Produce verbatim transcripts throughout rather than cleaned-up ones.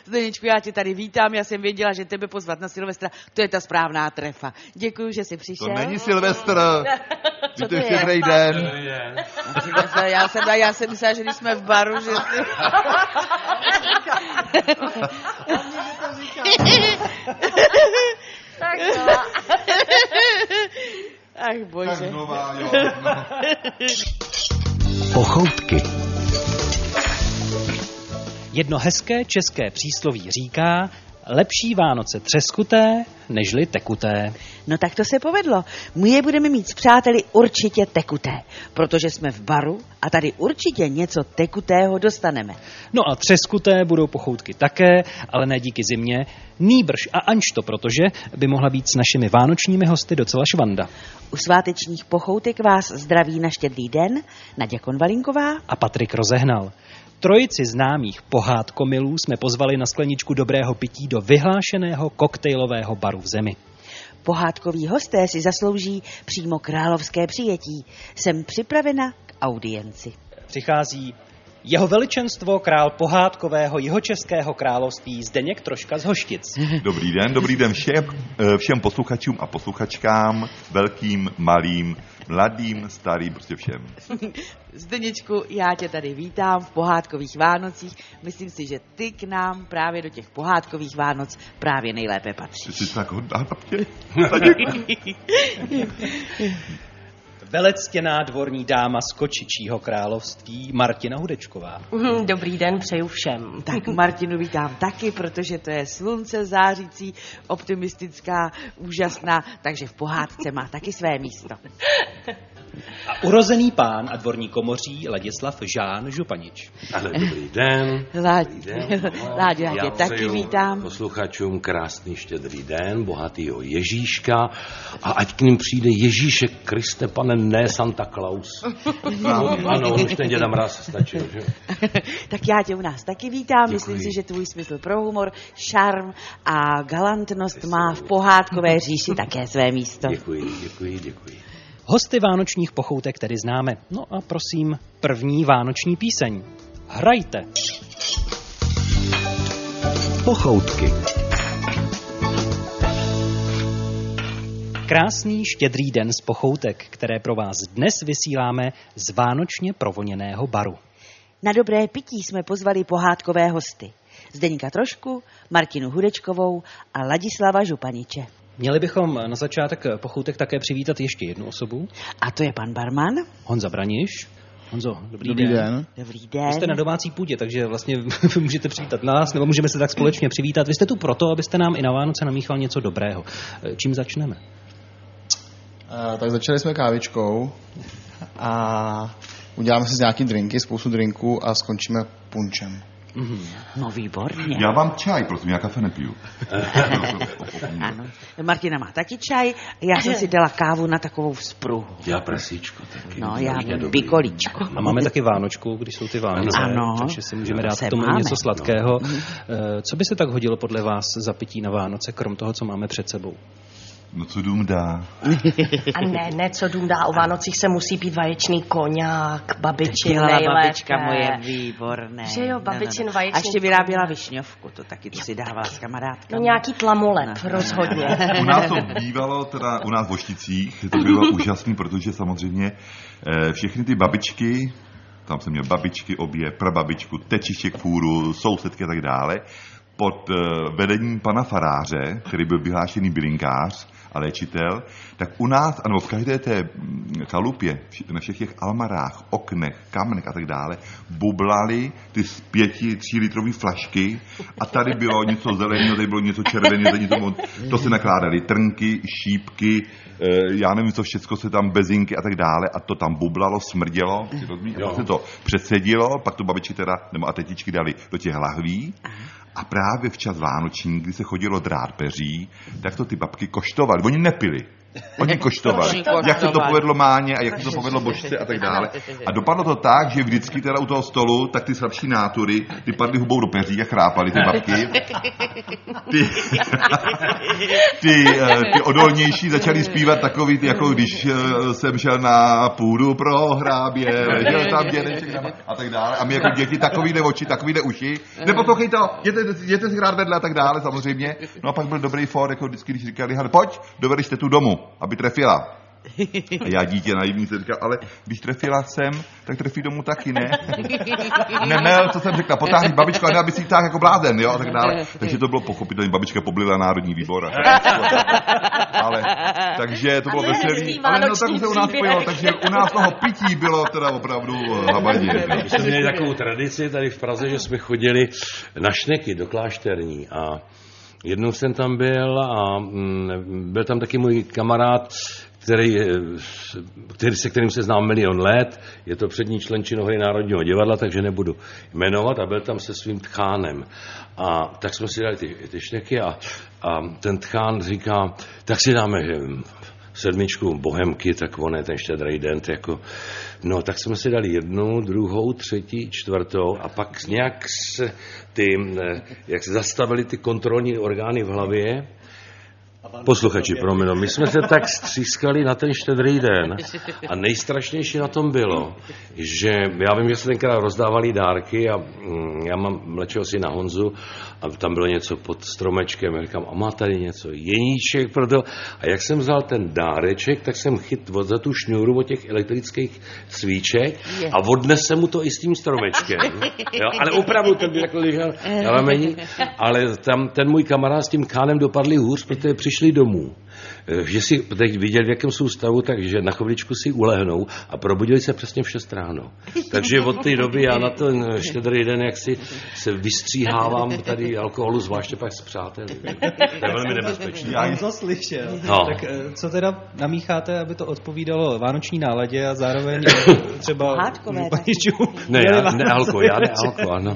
Zdeničku, já tě tady vítám, já jsem věděla, že tebe pozvat na Silvestra, to je ta správná trefa. Děkuju, že jsi přišel. To není Silvestr, Co to je štědrý den. Já jsem, já jsem myslela, že když jsme v baru, že si... Tak no. Ach bože. Tak znova, jo. No. Pochoutky. Jedno hezké české přísloví říká: lepší Vánoce třeskuté, nežli tekuté. No tak to se povedlo. My je budeme mít s přáteli určitě tekuté, protože jsme v baru a tady určitě něco tekutého dostaneme. No a třeskuté budou pochoutky také, ale ne díky zimě, nýbrž a anžto, protože by mohla být s našimi vánočními hosty docela švanda. U svátečních pochoutek vás zdraví na Štědrý den Naděja Konvalinková A Patrik Rozehnal. Trojici známých pohádkomilů jsme pozvali na skleničku dobrého pití do vyhlášeného koktejlového baru v zemi. Pohádkoví hosté si zaslouží přímo královské přijetí. Jsem připravena k audienci. Přichází jeho veličenstvo král pohádkového jihočeského království Zdeněk Troška z Hoštic. Dobrý den, dobrý den všem, všem posluchačům a posluchačkám, velkým, malým, mladým, starým, prostě všem. Zdeněčku, já tě tady vítám v pohádkových Vánocích. Myslím si, že ty k nám právě do těch pohádkových Vánoc právě nejlépe patříš. Ty jsi tak hodná, babtě. Velectěná dvorní dáma z Kočičího království Martina Hudečková. Dobrý den, přeju všem. Tak Martinu vítám taky, protože to je slunce zářící, optimistická, úžasná, takže v pohádce má taky své místo. A urozený pán a dvorní komoří Ladislav Žán Županič. Ale dobrý den. Láďo, já tě taky vítám. Posluchačům krásný štědrý den, bohatýho Ježíška a ať k ním přijde Ježíšek Kriste, pane, ne Santa Claus. No, ano, už ten děda Mráz stačil, že? Tak já tě u nás taky vítám. Děkuji. Myslím si, že tvůj smysl pro humor, šarm a galantnost má v pohádkové říši také své místo. Děkuji, děkuji, děkuji. Hosty vánočních pochoutek tedy známe. No a prosím, první vánoční píseň. Hrajte. Pochoutky. Krásný štědrý den z pochoutek, které pro vás dnes vysíláme z vánočně provoněného baru. Na dobré pití jsme pozvali pohádkové hosty. Zdeňka Trošku, Martinu Hudečkovou a Ladislava Županiče. Měli bychom na začátek pochoutek také přivítat ještě jednu osobu. A to je pan barman. Honza Braniš. Honzo, dobrý, Dobrý den. den. Dobrý den. Vy jste na domácí půdě, takže vlastně můžete přivítat nás, nebo můžeme se tak společně přivítat. Vy jste tu proto, abyste nám i na Vánoce namíchal něco dobrého. Čím začneme? Uh, tak začali jsme kávičkou a uděláme si z nějaký drinky, spoustu drinků a skončíme punčem. Mm-hmm. No výborně. Já vám čaj, protože já kafe nepiju. Ano. Martina má taky čaj, já jsem si dala kávu na takovou vzpruhu. Já prasíčko taky. No, já bikolíčko. A máme taky Vánočku, když jsou ty Vánoce, ano. takže si můžeme dát Se k tomu máme. něco sladkého. No. Co by se tak hodilo podle vás za pití na Vánoce, krom toho, co máme před sebou? No co dům dá. A ne, ne, co dům dá, o Vánocích se musí pít vaječný koňák, babičin Dělala nejlépe. babička moje výborné. Že jo, babičin no, no, no. vaječný A ještě vyráběla koňák. višňovku, to taky to si dávala s kamarádkami. No nějaký tlamolep, No. rozhodně. U nás to bývalo, teda u nás v Vošticích, to bylo úžasný, protože samozřejmě eh, všechny ty babičky, tam jsem měl babičky, obě, prababičku, tečištěk fůru, sousedky a tak dále, pod eh, vedením pana faráře, který byl vyhlášený bylinkář a léčitel, tak u nás, ano, v každé té chalupě, na všech těch almarách, oknech, kamnech a tak dále, bublaly ty z pěti, tří litrový flašky a tady bylo něco zeleného, tady bylo něco červeného, tady něco, to se nakládaly trnky, šípky, já nevím, co všecko se tam, bezinky a tak dále a to tam bublalo, smrdělo, si rozumíš, a pak se to předsedilo, pak to babičky teda, nebo a tetičky dali do těch lahví. A právě včas vánoční, kdy se chodilo drát peří, tak to ty babky koštovaly. Oni nepili. Oni koštovali, jak se to povedlo Máně a jak se to povedlo Božce a tak dále. A dopadlo to tak, že vždycky teda u toho stolu, tak ty slabší nátury, ty padly hubou do peří a chrápali ty babky. Ty, ty, ty odolnější začali zpívat takový, ty, jako když jsem šel na půdu pro hrábě, ležel tam dědeček a tak dále. A my jako děti takovýhle oči, takovýhle uši. Neposlouchej to, jděte, jděte si hrát vedle a tak dále samozřejmě. No a pak byl dobrý fór, jako vždycky, když říkali, hele, pojď, dovedli jste tu domů, aby trefila. A já dítě naivní se říkal, ale když trefila sem, tak trefí domů taky, ne? Nemel, co jsem řekla, potáhni babičku, a ne, aby si táhl jako blázen, jo, a tak dále. Takže to bylo pochopitelné, babička poblila Národní výbor. Ale, takže to bylo veselý. Ale no tak se u nás pojilo, takže u nás toho pití bylo teda opravdu habadě. My jsme měli takovou tradici tady v Praze, že jsme chodili na šneky do Klášterní a jednou jsem tam byl a byl tam taky můj kamarád, který, který, se kterým se znám milion let, je to přední člen činohry Národního divadla, takže nebudu jmenovat, a byl tam se svým tchánem. A tak jsme si dali ty, ty šneky a, a ten tchán říká, tak si dáme sedmičku bohemky, tak on je ten Štědrý den, jako, no tak jsme si dali jednu, druhou, třetí, čtvrtou a pak nějak se ty, jak se zastavili ty kontrolní orgány v hlavě. Posluchači, promiň, my jsme se tak střískali na ten Štědrý den a nejstrašnější na tom bylo, že já vím, že se tenkrát rozdávali dárky a mm, já mám mladšího syna Honzu a tam bylo něco pod stromečkem a říkám, a má tady něco, jeníček pro to. A jak jsem vzal ten dáreček, tak jsem chyt za tu šňůru od těch elektrických svíček a odnesl mu to i s tím stromečkem. Jo? Ale opravdu ten byl jako ležel na rameni, ale tam ten můj kamarád s tím kánem dopadli hůř, protože přišli domů. Že si teď viděl, v jakém jsou stavu, takže na chviličku si ulehnou a probudili se přesně v šest ráno. Takže od té doby já na ten Štědrý den, jak si se vystříhávám tady alkoholu, zvláště pak s přáteli. To je velmi nebezpečné. Já jsem to slyšel. No. Tak co teda namícháte, aby to odpovídalo vánoční náladě a zároveň třeba županičů? Ne, já ne alko, já ne alko, ano.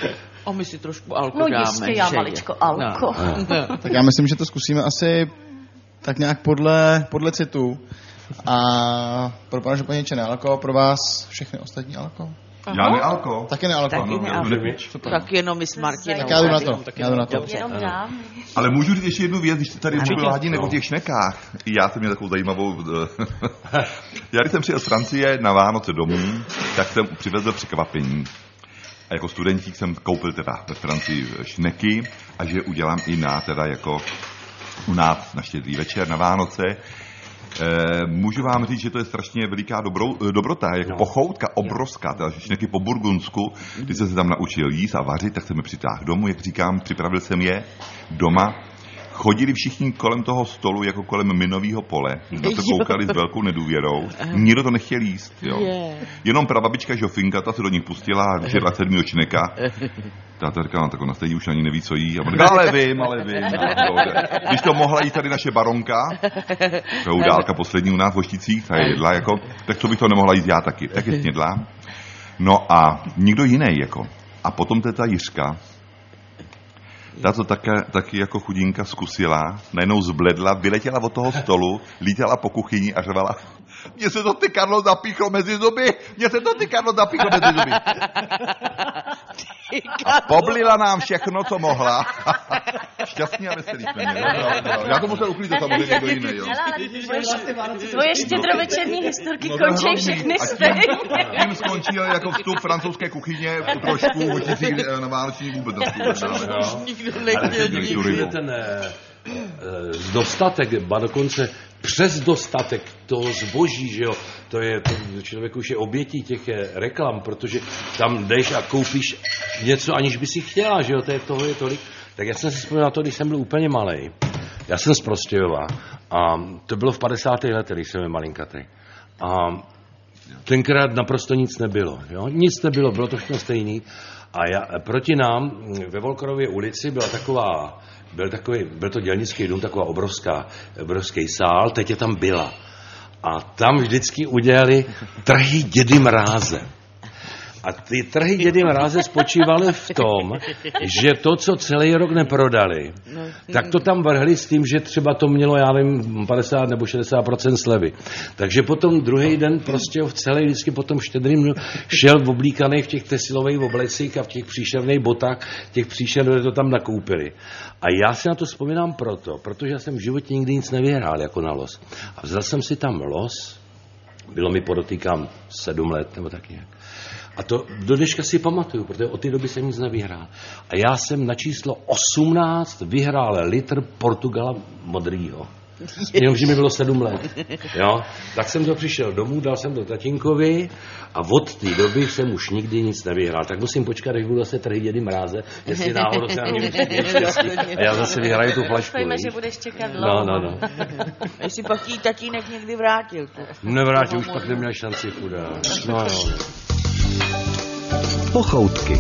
A my si trošku alko no dáme. No jistě, já maličko alko. No. No. Tak já myslím, že to zkusíme asi tak nějak podle, podle citu. A pro pana županiče nealko, pro vás všechny ostatní alko? Já nealko. Taky nealko. Taky no, nealko. no, Tak jenom my s Martinem. Tak já jdu na to. Já jdu na to. Jenom dám. Ale můžu říct ještě jednu věc, když jste tady mluvil hladínek o těch šnekách. I já jsem měl takovou zajímavou... Já když jsem přijel z Francie na Vánoce domů, tak jsem přivezl překvapení. A jako studentík jsem koupil teda ve Francii šneky a že udělám i na teda jako u nás na Štědrý večer na Vánoce. E, můžu vám říct, že to je strašně veliká dobrou, dobrota, jako no. Pochoutka obrovská, teda šneky po Burgundsku, když jsem se tam naučil jíst a vařit, tak jsem je přitáhl domů, jak říkám, připravil jsem je doma. Chodili všichni kolem toho stolu jako kolem minového pole. Na to koukali s velkou nedůvěrou. Nikdo to nechtěl jíst. Jo. Jenom prababička Žofinka, ta se do nich pustila a vyžerla sedmýho čneka. Táta říkala, no, tak ona stejně už ani neví, co jí. A on říkala, ale vím, ale vím. Když to mohla jíst tady naše baronka, to je událka poslední u nás v Hošticích, ta je jedla, jako, tak co bych to nemohla jíst já taky. Tak je snědla. No a nikdo jiný, jako. A potom ta Jiřka, ta to také, taky jako chudinka zkusila, najednou zbledla, vyletěla od toho stolu, lítala po kuchyni a řvala, mně se to ty Karlo zapíchlo mezi zuby, mně se to ty Karlo zapíchlo mezi zuby. A poblila nám všechno, co mohla. Šťastně a veselý jsme měli. Já to musel uklidit samozřejmě někdo jiný. Jo. Tvoje štědrovečerní historky končí všechny stejně. Tím skončil jako vstup francouzské kuchyně trošku hočící na vánoční vůbec. Nikdo nechtěl ten dostatek, ba dokonce přes dostatek toho zboží, že jo, to je, to člověk už je obětí těch reklam, protože tam jdeš a koupíš něco, aniž by si chtěla, že jo, to je, toho je tolik. Tak já jsem si vzpomněl na to, když jsem byl úplně malej. Já jsem z Prostějova a to bylo v padesátých letech, když jsem byl malinkatý. A tenkrát naprosto nic nebylo, jo, nic nebylo, bylo to všechno stejný. A já, proti nám ve Volkorově ulici byla taková, byl, takový, byl to dělnický dům, taková obrovská, obrovský sál, teď je tam byla. A tam vždycky udělali trhy Dědy Mráze. A ty trhy dědy Mráze spočívaly v tom, že to, co celý rok neprodali, tak to tam vrhli s tím, že třeba to mělo, já vím, padesát nebo šedesát procent slevy. Takže potom druhý den prostě v celé vždycky potom štědrým šel oblíkaný v těch tesilových oblecích a v těch příšerných botách, těch příšerných to tam nakoupili. A já si na to vzpomínám proto, protože já jsem v životě nikdy nic nevyhrál jako na los. A vzal jsem si tam los, bylo mi podotýkám sedm let nebo tak nějak. A to do dneška si pamatuju, protože od té doby jsem nic nevyhrál. A já jsem na číslo osmnáct vyhrál litr Portugala modrýho. Jenomže mi bylo sedm let. Jo? Tak jsem to přišel domů, dal jsem to tatínkovi a od té doby jsem už nikdy nic nevyhrál. Tak musím počkat, až budu zase trhy dědy Mráze, jestli náhodou se na mě štěstí. A já zase vyhraju tu flašku. Doufejme, že budeš čekat dlouho. No, no, no. Jestli pak jí tatínek někdy vrátil. Nevrátil, už pak neměl šanci chudák. No, jo. Pochoutky.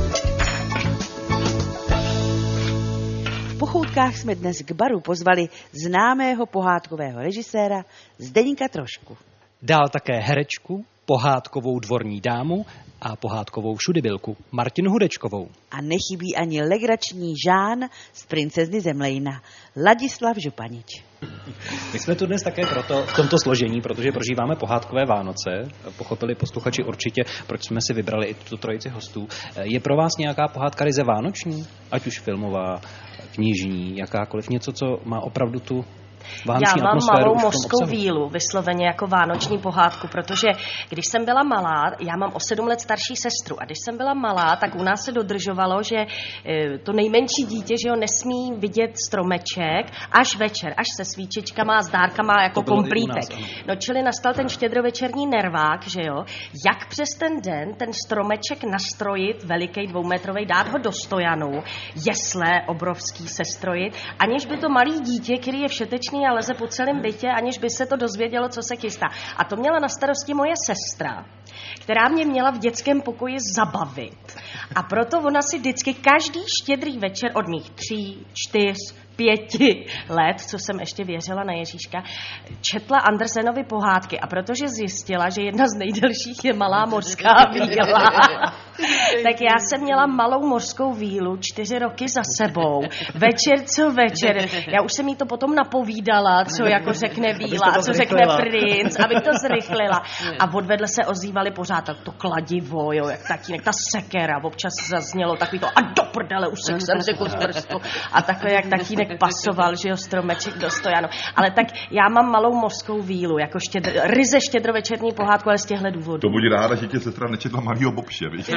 V Pochoutkách jsme dnes k baru pozvali známého pohádkového režiséra Zdeňka Trošku. Dál také herečku, pohádkovou dvorní dámu a pohádkovou všudybilku Martinu Hudečkovou. A nechybí ani legrační Žán z Princezny Zemlejna, Ladislav Županič. My jsme tu dnes také proto, v tomto složení, protože prožíváme pohádkové Vánoce. Pochopili posluchači určitě, proč jsme si vybrali i tuto trojici hostů. Je pro vás nějaká pohádka ryze vánoční? Ať už filmová, knižní, jakákoliv, něco, co má opravdu tu vánoční Já mám atmosféru malou mořskou vílu, vysloveně jako vánoční pohádku, protože když jsem byla malá, já mám o sedm let starší sestru a když jsem byla malá, tak u nás se dodržovalo, že to nejmenší dítě, že ho nesmí vidět stromeček až večer, až se svíčičkama a s dárkama jako komplítek. No čili nastal ten štědrovečerní nervák, že jo, jak přes ten den ten stromeček nastrojit, veliký dvoumetrový, dát ho do stojanu, jesle obrovský sestrojit, aniž by to malý dítě, který je všetečný a leze po celém bytě, aniž by se to dozvědělo, co se chystá. A to měla na starosti moje sestra, která mě měla v dětském pokoji zabavit. A proto ona si vždycky každý štědrý večer od mých tří, čtyř, pěti let, co jsem ještě věřila na Ježíška, četla Andersenovy pohádky a protože zjistila, že jedna z nejdelších je Malá mořská víla, tak já jsem měla Malou mořskou vílu čtyři roky za sebou, večer co večer. Já už jsem jí to potom napovídala, co jako řekne víla a co řekne princ, abych to zrychlila. A odvedle se ozývali pořád tak to kladivo, jo, jak tatínek, ta sekera, občas zaznělo takový to a do prdele, už jsem si kus prstu a takhle jak tatínek pasoval, že jo, stromeček do stojanu. Ale tak já mám Malou mořskou vílu, jako štědr, ryze štědrovečerní pohádku, ale z těchto důvodů. To buď ráda, že tě sestra nečetla Malýho Bobše, víš?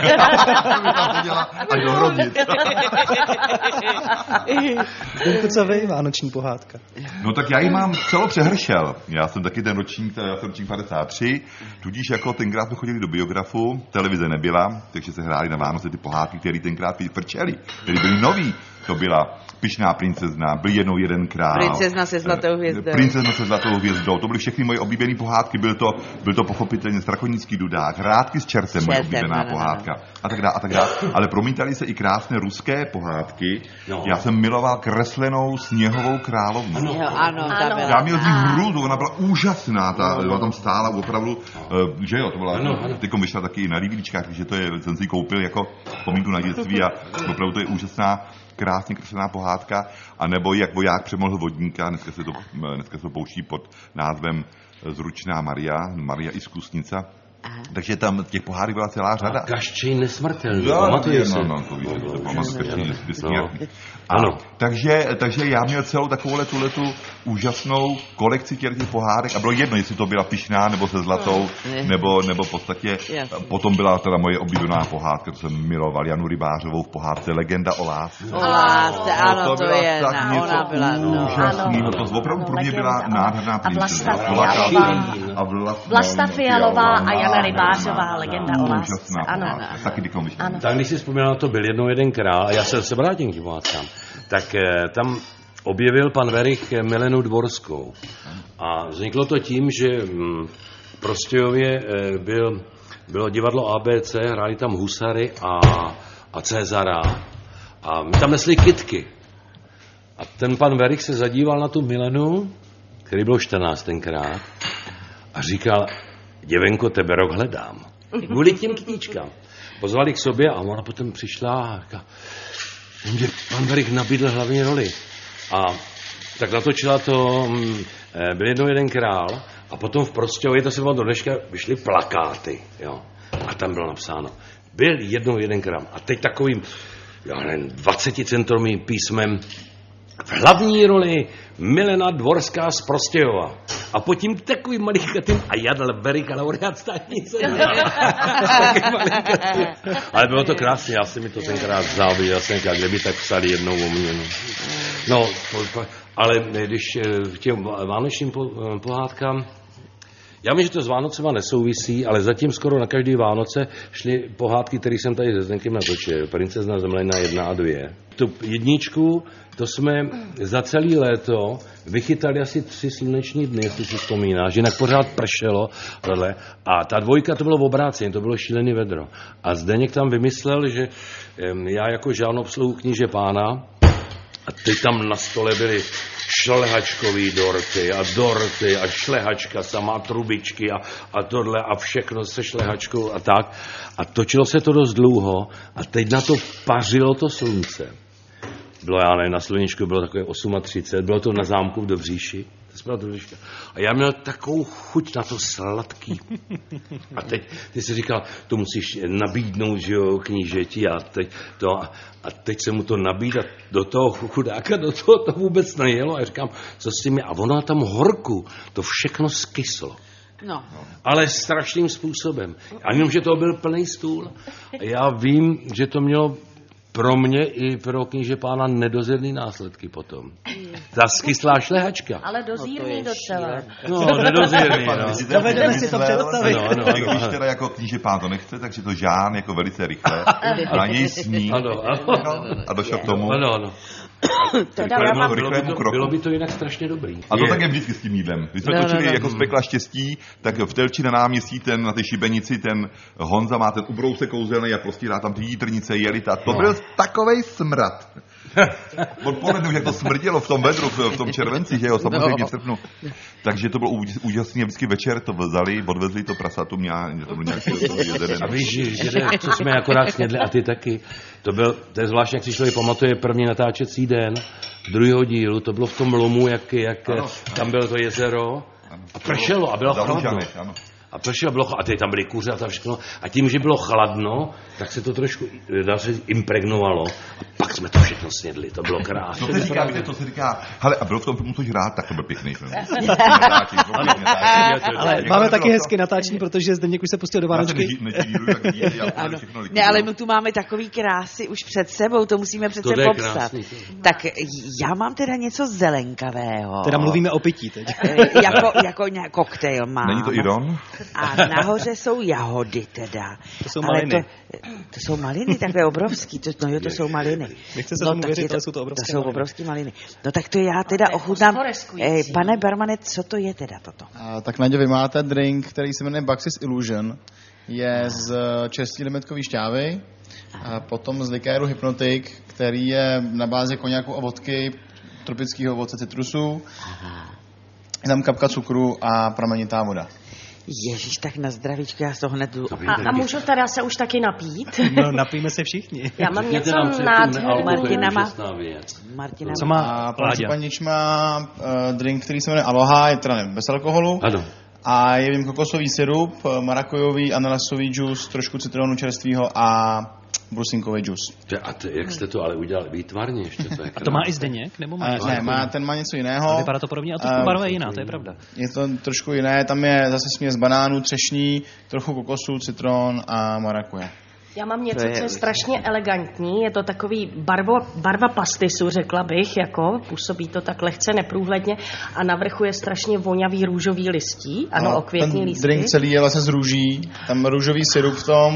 Až do hrobnic. Co vy, vánoční pohádka? No tak já ji mám celo přehršel. Já jsem taky ten ročník, já jsem ročník padesát tři, tudíž jako tenkrát jsme chodili do biografu, televize nebyla, takže se hrály na Vánoce ty pohádky, které tenkrát frčely, které byly nový. To byla Pyšná princezna, Byl jednou jeden král. Princezna se zlatou hvězdou. Princezna se zlatou hvězdou. To byly všechny moje oblíbené pohádky. Byl to, byl to pochopitelně Strakonický dudák, Hrádky s čertem, moje oblíbená pohádka. A tak dále, a tak dále. Ale promítaly se i krásné ruské pohádky. No. Já jsem miloval kreslenou Sněhovou královnu. Ano, ano, ta byla. Já měl z ní hrůzu, ona byla úžasná. Ta, ona tam stála opravdu, uh, že jo, to byla, ano, ano. Teďko vyšla taky i na dývíčkách, takže to je, jsem si ji koupil jako vzpomínku na dětství a opravdu to je úžasná, krásně kreslená pohádka, a nebo Jak voják přemohl vodníka, dneska se to, dneska se to pouští pod názvem Zručná Maria, Maria Iskusnica. Aha. Takže tam těch pohádek byla celá řada. A Kaščej nesmrtelný, no, pamatuje se. No, no, to víš, to pamatuju, Kaščej nesmrtelný. Ano. Takže, takže já měl celou takovouhle tuhletu úžasnou kolekci těch pohádek a bylo jedno, jestli to byla pyšná nebo se zlatou, nebo, nebo v podstatě potom byla teda moje oblíbená pohádka, to jsem miloval, Janu Rybářovou v pohádce Legenda o lásce. O lásce, ano, to, to byla je, tak na, něco ona byla, no. úžasného, to opravdu pro mě byla nádherná princezna. A Vlasta Fialová a Jana Rybářová, Legenda o lásce. Ano. Taky bychom ano. Tak když si vzpomínal, to Byl jednou jeden král, a já se se vrátím k pohádkám, tak eh, tam objevil pan Werich Milenu Dvorskou. A vzniklo to tím, že hm, v Prostějově eh, byl, bylo divadlo A B C, hráli tam Husary a, a Cezara. A my tam nesli kytky. A ten pan Werich se zadíval na tu Milenu, který byl čtrnáct tenkrát, a říkal: děvenko, tebe rok hledám. Kvůli těm kytičkám. pozvali k sobě a ona potom přišla a říká, že pan Werich nabídl hlavní roli. A tak natočila to, byl jednou jeden král a potom v Prostějově, to se vám do dneška, vyšly plakáty, jo. A tam bylo napsáno, byl jednou jeden král. A teď takovým, já nevím, dvaceticentovým písmem v hlavní roli Milena Dvorská z Prostějova. A pod tím takovým malinkatým a Jan Werich, laureát státnice. Ale bylo to krásně, já jsem mi to tenkrát záviděl, jsem říkal, kde by tak psali jednou o mě. No, no ale když k těm vánočním pohádkám, já vím, že to s Vánocema nesouvisí, ale zatím skoro na každý Vánoce šly pohádky, které jsem tady se Zdenkem natočil. Princezna Zemlina jedna a dvě. Tu jedničku, to jsme za celý léto vychytali asi tři sluneční dny, jestli si vzpomínáš, jinak pořád pršelo. Tohle. A ta dvojka, to bylo v obráceně, to bylo šílený vedro. A Zdeněk tam vymyslel, že já jako žádnou obsluhu kníže pána, a teď tam na stole byly šlehačkový dorty a dorty a šlehačka, samá trubičky a, a tohle a všechno se šlehačkou a tak. A točilo se to dost dlouho a teď na to pařilo to slunce. Bylo, já nevím, na sluníčku bylo takové třicet osm, bylo to na zámku v Dobříši. A já měl takovou chuť na to sladký. A teď ty jsi říkal, to musíš nabídnout, že jo, knížeti a teď to, a teď se mu to nabídat do toho chudáka, do toho to vůbec nejelo. A já říkám, co s tím je? A ono na tom horku to všechno skyslo. No. Ale strašným způsobem. A jenom, že to byl plný stůl. A já vím, že to mělo pro mě i pro kníže pána nedozírný následky potom. Ta skyslá šlehačka. Ale dozírný no docela. No, nedozírný, no. Dovedeme si to představit. No, no, no, když teda jako kníže pán to nechce, takže to Žán jako velice rychle na něj sní ano, ano. a došel k tomu. Ano, ano. Teda já mám... bylo, by to, bylo by to jinak strašně dobrý. A to je. Tak je vždycky s tím jídlem. Když jsme no, točili no, no. jako z Pekla štěstí, tak v Telči na náměstí, ten, na té šibenici, ten Honza má ten ubrousek kouzelný a prostě dá tam ty jítrnice, jelita. To no. byl takovej smrad. Odpoledne, jak to smrdělo v tom vedru, v tom červenci, že jo, samozřejmě v srpnu. Takže to bylo úžasný, vždycky večer to vzali, odvezli to prasatu, mě to bylo nějaký jeden. A víš, že co jsme akorát snědli a ty taky. To byl, to je zvláštně, jak si člověk pamatuje první natáčecí den druhého dílu, to bylo v tom lomu, jak, jak ano, tam bylo to jezero a pršelo a bylo chladno. A pršelo, bylo, a teď tam byly kuře a tam všechno. A tím, že bylo chladno, tak se to trošku, dá se impregnovalo. A pak jsme to všechno snědli, to bylo krásné. To se říká, víte, to se říká, hele, a bylo v tom filmu což rád, tak to byl pěkný film. Ale máme taky hezky natáčení, protože Zdeněk už se pustil do Vánočky. Ne, ale my tu máme takový krásy už před sebou, to musíme přece popsat. Tak já mám teda něco zelenkavého. Teda mluvíme o pití teď. Jako, jako nějak koktejl mám. Není to Iron? A nahoře jsou jahody teda. To jsou maliny. To, to jsou maliny, takové obrovský. To, no jo, to jsou maliny. Nechce se no, tomu věřit, to, ale jsou to obrovské To jsou obrovské maliny. No tak to já teda ochutnám. Eh, pane barmane, co to je teda toto? A, tak Naďo, vy máte drink, který se jmenuje Baxis Illusion. Je z čerstvý limetkový šťávy. A potom z likéru Hypnotic, který je na bázi koněku a vodky, tropického ovoce citrusu. Aha. Je tam kapka cukru a pramenitá voda. Ježíš, tak na zdravíčku, já z toho hned... A, a můžu teda se už taky napít? No, napijeme se všichni. Já mám něco nádherného. Martina má... Martina Co má? A panič má uh, drink, který se jmenuje Aloha, je teda bez alkoholu. Ano. A je v něm kokosový sirup, marakujový, ananasový džus, trošku citronu čerstvýho a brusinkový džus. A ty, jak jste to ale udělali výtvarně ještě? To je a to má i Zdeněk? Nebo má uh, ne, má, ten má něco jiného. A vypadá to podobně, a trošku barva je jiná, to je pravda. Je to trošku jiné, tam je zase směs banánů, třešní, trochu kokosu, citron a marakuje. Já mám něco, co je strašně elegantní, je to takový barvo, barva pastisu, řekla bych, jako působí to tak lehce neprůhledně a na vrchu je strašně vonavý růžový listí, ano, no, okvětní lístky. Drink celý je vlastně z růží, tam růžový sirup v tom,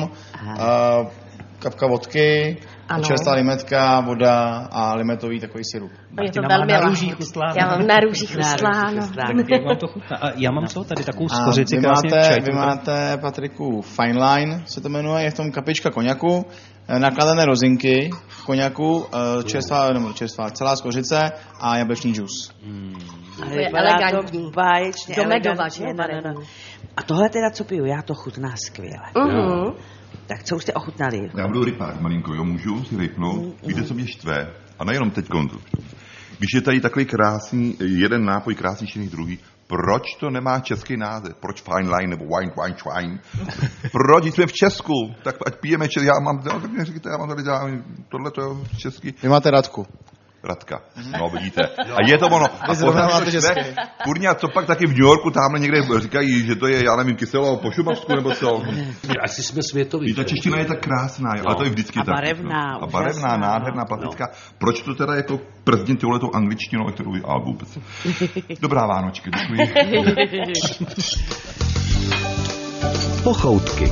uh, kapka vodky, ano. Čerstvá limetka, voda a limetový takový sirup. Je to velmi na růžích ustláno. Já mám na růžích ustláno. Jak vám to chutná? A já mám co? Tady takovou skořici krásně čaj. Vy máte, Patriku, Fine Line, se to jmenuje, je v tom kapička koněku, nakladané rozinky v koněku, čerstvá, nebo čerstvá, celá skořice a jablečný džus. Hmm. To je elegantní. Báječně do medova, že? A tohle teda, co piju, já to chutná skvěle. Uh-huh. Tak co už jste ochutnali? Já budu rypák malinko, jo, můžu si rypnout. Mm, Víte, co mě štve? A nejenom teď kontu. Když je tady takový krásný, jeden nápoj krásnější než druhý, proč to nemá český název? Proč fine line nebo wine, wine, wine? Proč jsme v Česku? Tak ať pijeme Česky. Já mám, no, tak neříkejte, já mám tady dámy, tohle to je český. Vy máte Radku. Radka. No, vidíte. A je to ono. A kurňa, co pak taky v New Yorku tamhle někde říkají, že to je, já nevím, kyselo po šumavsku, nebo co? Asi jsme světoví. Ta čeština je tak krásná, jo, no. Ale to je vždycky tak. A barevná. No. A barevná, nádherná, patická. No. Proč to teda jako przdím touhletou angličtinou, kterou a vůbec. Dobrá Vánočky, děkuji. Pochoutky.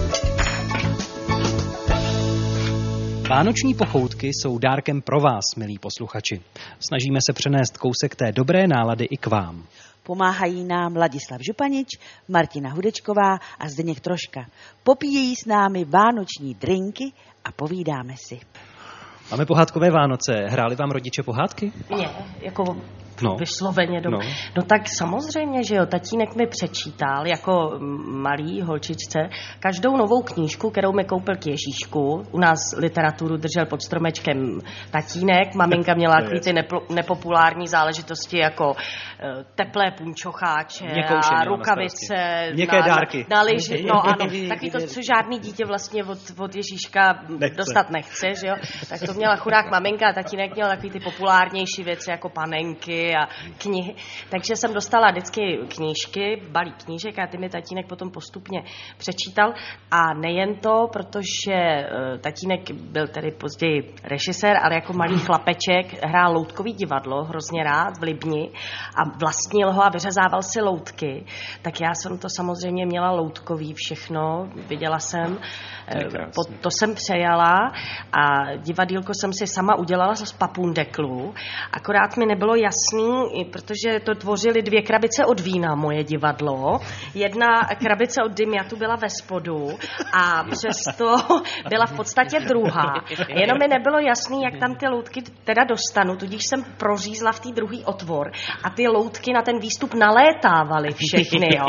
Vánoční pochoutky jsou dárkem pro vás, milí posluchači. Snažíme se přenést kousek té dobré nálady i k vám. Pomáhají nám Ladislav Županič, Martina Hudečková a Zdeněk Troška. Popíjejí s námi vánoční drinky a povídáme si. Máme pohádkové Vánoce. Hráli vám rodiče pohádky? Ne, jako no. vysloveně. Do... No. no tak samozřejmě, že jo, tatínek mi přečítal jako malý holčičce každou novou knížku, kterou mi koupil k Ježíšku. U nás literaturu držel pod stromečkem tatínek, maminka měla takový ty nepo, nepopulární záležitosti jako uh, teplé punčocháče a rukavice. Měkké na, dárky. Na, na lyži, no ano, takový to, co žádný dítě vlastně od, od Ježíška nechce. dostat nechce, že jo. Tak to měla chudák maminka a tatínek měl takový ty populárnější věci jako panenky a knihy. Takže jsem dostala vždycky knížky, balík knížek a ty mi tatínek potom postupně přečítal. A nejen to, protože tatínek byl tedy později režisér, ale jako malý chlapeček hrál loutkový divadlo, hrozně rád v Libni a vlastnil ho a vyřezával si loutky. Tak já jsem to samozřejmě měla loutkový všechno, viděla jsem. Po, to jsem přejala a divadýlko jsem si sama udělala z papundeklu, akorát mi nebylo jasný, protože to tvořily dvě krabice od vína, moje divadlo. Jedna krabice od Dymjatu byla ve spodu a přesto byla v podstatě druhá. Jenom mi nebylo jasný, jak tam ty loutky teda dostanu, tudíž jsem prořízla v té druhý otvor a ty loutky na ten výstup nalétávaly všechny, jo.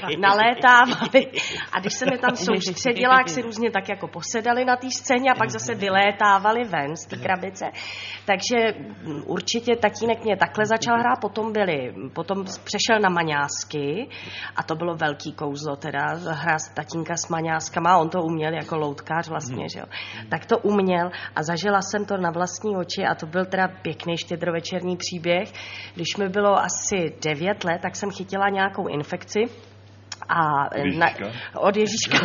Nalétávaly a když jsem je tam soustředila, jak si různě tak jako posedali na té scéně a pak zase vylétávali ven z té krabice. Takže určitě tatínek mě takhle začal hrát, potom byli, potom přešel na maňásky a to bylo velký kouzlo teda, hra tatínka s maňáskama, on to uměl jako loutkář vlastně, že jo. Tak to uměl a zažila jsem to na vlastní oči a to byl teda pěkný štědrovečerní příběh. Když mi bylo asi devět let, tak jsem chytila nějakou infekci. A na, od Ježíška.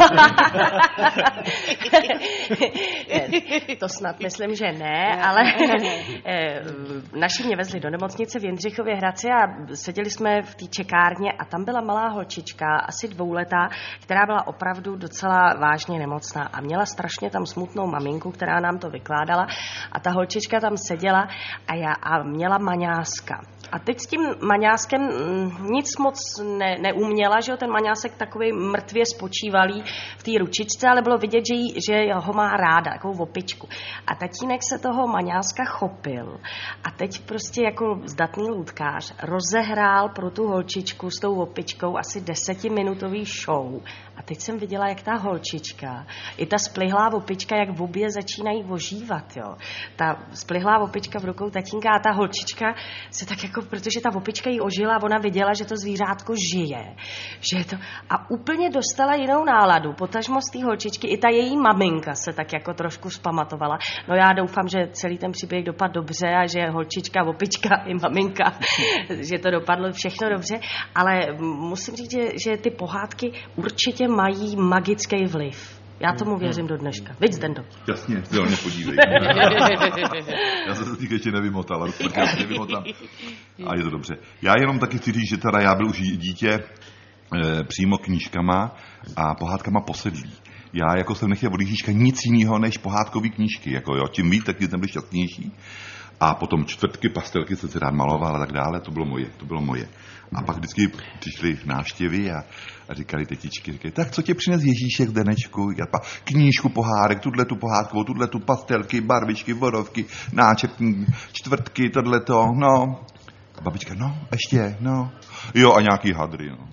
To snad myslím, že ne, ale naši mě vezli do nemocnice v Jindřichově Hradci a seděli jsme v té čekárně a tam byla malá holčička, asi dvouletá, která byla opravdu docela vážně nemocná a měla strašně tam smutnou maminku, která nám to vykládala a ta holčička tam seděla a, já, a měla maňáska. A teď s tím maňáskem nic moc ne, neuměla, že jo, ten maňásek takový mrtvě spočívalý v té ručičce, ale bylo vidět, že, jí, že ho má ráda, takovou opičku. A tatínek se toho maňáska chopil a teď prostě jako zdatný loutkář rozehrál pro tu holčičku s tou opičkou asi desetiminutový show. A teď jsem viděla, jak ta holčička, i ta splihlá opička, jak v obě začínají ožívat, jo. Ta splihlá opička v rukou tatínka a ta holčička se tak jako, protože ta opička jí ožila a ona viděla, že to zvířátko žije. Že to, a úplně dostala jinou náladu. Potažmo z té holčičky, i ta její maminka se tak jako trošku zpamatovala. No já doufám, že celý ten příběh dopadl dobře a že holčička, opička i maminka, že to dopadlo všechno dobře, ale musím říct, že, že ty pohádky určitě mají magický vliv. Já tomu věřím do dneška. Víc, Zdendo. Jasně, jo, nepodívej. Já se to týka ještě nevymotal, ale já se nevymotám. A je to dobře. Já jenom taky chci říct, že teda já byl už dítě e, přímo knížkama a pohádkama posedlý. Já jako jsem nechtěl od Ježíška nic jiného než pohádkový knížky. Jako jo, tím víc, tak jsem byl šťastnější. A potom čtvrtky, pastelky jsem si rád maloval a tak dále, to bylo moje, to bylo moje. A pak vždycky přišly návštěvy a, a říkali tetičky, říkali, tak co tě přines Ježíšek, Denečku? Já pa, knížku pohádek, tuhle tu pohádkovou, tuhle tu pastelky, barvičky, vodovky, náčep, čtvrtky, tohleto, no. A babička, no, ještě, no. Jo, a nějaký hadry, no.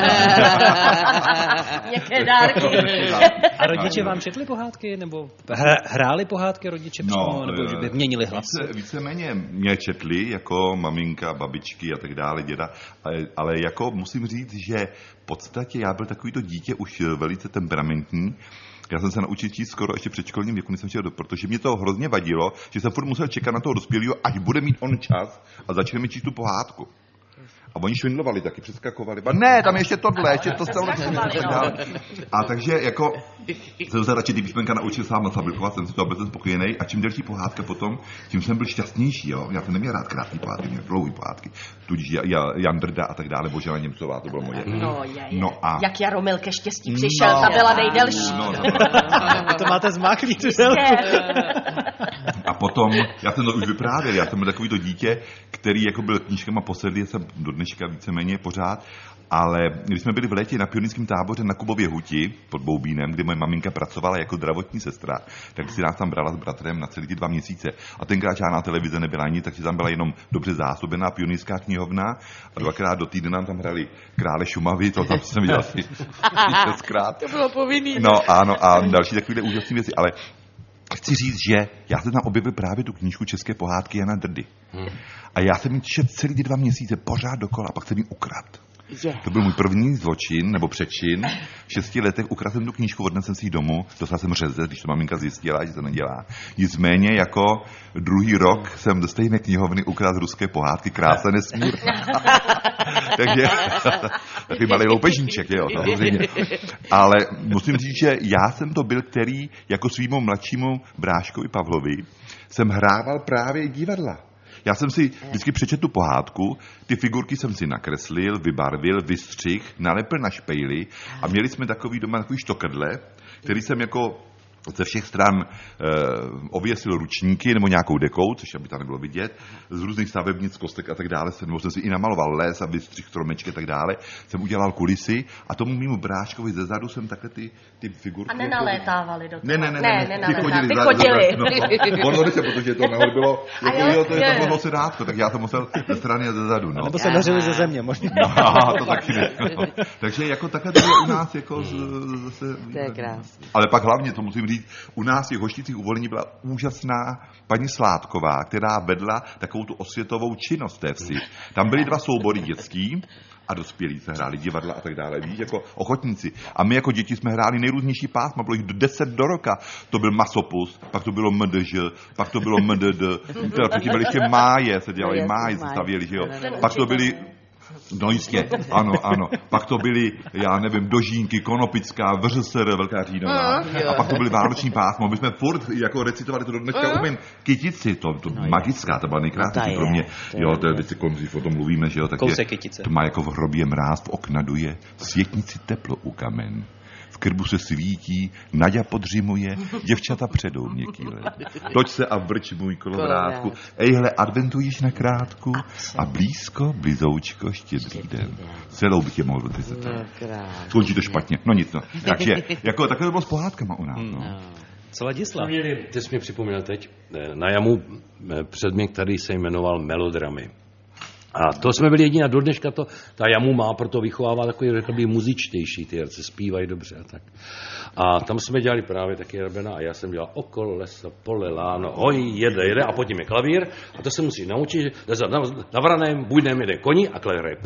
Nějaké dárky. A rodiče vám četli pohádky, nebo hráli pohádky rodiče přímo, no, nebo že by měnili hlas? Více, víceméně mě četli, jako maminka, babičky a tak dále, děda, ale, ale jako musím říct, že v podstatě já byl takovýto dítě už velice temperamentní. Já jsem se naučil číst skoro ještě předškolním věku, než jsem šel do, protože mě to hrozně vadilo, že jsem furt musel čekat na toho dospělého, až bude mít on čas a začne mi číst tu pohádku. A oni švindlovali taky, přeskakovali. A ne, tam ještě tohle, ještě to stalo. A takže jako jsem se radši ty písmenka naučil sám nasablikovat, jsem si to byl spokojený a čím delší pohádka potom, tím jsem byl šťastnější, jo. Já jsem neměl rád krátký pohádky, měl dlouhý pohádky. Tudíž Jandrda a tak dále, Božena Němcová, to bylo moje. No, je, je. No a jak Jaromil ke štěstí přišel, no, ta byla nejdelší. No, no. To máte zmáklý, tu A potom, já jsem to už vyprávěl, já jsem byl takovýto dítě, který jako byl knížkama posedlý, jsem do dneška víceméně pořád, ale když jsme byli v létě na pionýrském táboře na Kubově huti pod Boubínem, kde moje maminka pracovala jako zdravotní sestra, tak si nás tam brala s bratrem na celý ty dva měsíce. A tenkrát žádná televize nebyla nic, takže tam byla jenom dobře zásobená pionýrská knihovna a dvakrát do týdne nám tam hrali Krále Šumavy, to tam jsem viděl asi šestkrát. To bylo povinný. No ano, a další takové úžasné věci, ale chci říct, že já jsem tam objevil právě tu knížku České pohádky Jana Drdy. Hmm. A já jsem ji četl celý ty dva měsíce pořád dokola a pak jsem ji ukradl. Yeah. To byl můj první zločin nebo přečin. V šesti letech ukradl jsem tu knížku, odnesl jsem si ji domů, dostal jsem řezec, když to maminka zjistila, že to nedělá. Nicméně jako druhý rok jsem do stejné knihovny ukradl ruské pohádky Krása nesmír. Takže takový malý loupežníček, jo, samozřejmě. Ale musím říct, že já jsem to byl, který jako svýmu mladšímu bráškovi Pavlovi jsem hrával právě divadla. Já jsem si vždycky přečetl tu pohádku, ty figurky jsem si nakreslil, vybarvil, vystřih, nalepil na špejly a měli jsme takový doma takový štokrdle, který jsem jako ze všech stran e, ověsil ručníky nebo nějakou dekou, což aby tam nebylo vidět, z různých stavebnic, kostek a tak dále, nebo jsem si i namaloval les a vystřih stromečky a tak dále, jsem udělal kulisy a tomu mýmu bráškovi ze zadu jsem takhle ty, ty figurky... A nenalétávali do toho? Ne, ne, ne, ne, ne, ne ty chodili. Ty chodili. No, no, no, protože to nahoře bylo, jako, jo, to je tam mohlo se dátko, tak já to musel ze strany a ze zadu, no. A nebo se dařili ze země, možná. No, to taky ne. No. Takže jako takhle to bylo u nás, jako zase... To je krásné. Ale pak hlavně, to musím říct, u nás v Hošticích u Volení byla úžasná paní Sládková, která vedla takovou tu osvětovou činnost té vsi. Tam byly dva soubory dětský a dospělí se hráli divadla a tak dále, víš, jako ochotníci. A my jako děti jsme hráli nejrůznější pásma, bylo jich deset do roka. To byl Masopus, pak to bylo M D Ž, pak to bylo M D D, taky byly ještě máje, se dělali máje, se stavěli, že jo. Pak to byly No jistě, ano, ano. Pak to byly, já nevím, Dožínky, Konopická, V Ř S R, Velká Říjnová. Mm, a pak to byly vánoční pásmo. My jsme furt jako recitovali to do dneška mm. umím. Kytici, to, to no magická, to byla nejkrásnější pro mě. Jo, to je, teď o tom mluvíme, že jo. Tak je, to má jako v hrobě mráz, v okna duje, v světnici teplo u kamen. V krbu se svítí, Naďa podřimuje, děvčata předou měkký led. Toť se a vrč můj kolovrátku, ejhle, adventu již na krátku a blízko, blizoučko, štědrý den. Celou bych je mohl do třicet. Skončí to špatně, no nic, no. Takže, jako takhle to bylo s pohádkama u nás, no. Co Ladislav? Ty jsi mi připomněl teď, na Jamu předmět, který se jmenoval Melodramy. A to jsme byli jediní a do dneška to, ta Jamu má, proto vychovává takový, řekl bych, muzičtější, ty herci zpívají dobře a tak. A tam jsme dělali právě taky Rabena a já jsem dělal okolo lesa, pole, láno, hoj, jede, jede a potom je klavír a to se musí naučit, že na, na vraném, bujdném jede koni a klavír je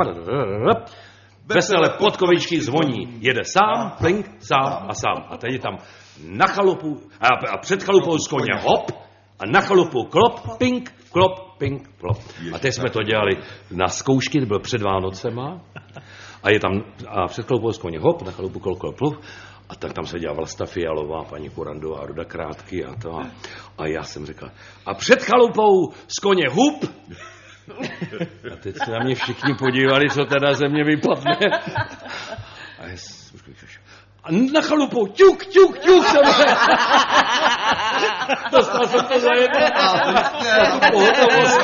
vesele podkovičky zvoní, jede sám, plink, sám a sám. A teď je tam na chalupu, a, a před chalupou z koně hop a na chalupu klop, pink, klop, pink, klop. A teď jsme to dělali na zkoušky, to bylo před Vánocema. A je tam, a před chalupou z koně hop, na chalupu klop, klop, klop. A tak tam se dělala Vlasta Fialová, paní Kurandová, Ruda Krátky a to. A já jsem řekl, a před chalupou z koně hup. A teď se na mě všichni podívali, co teda ze mě vypadne. A já jsem a na chalupu, ťuk, ťuk, ťuk jsem dostal jsem to za jedno. A tu pohotovost.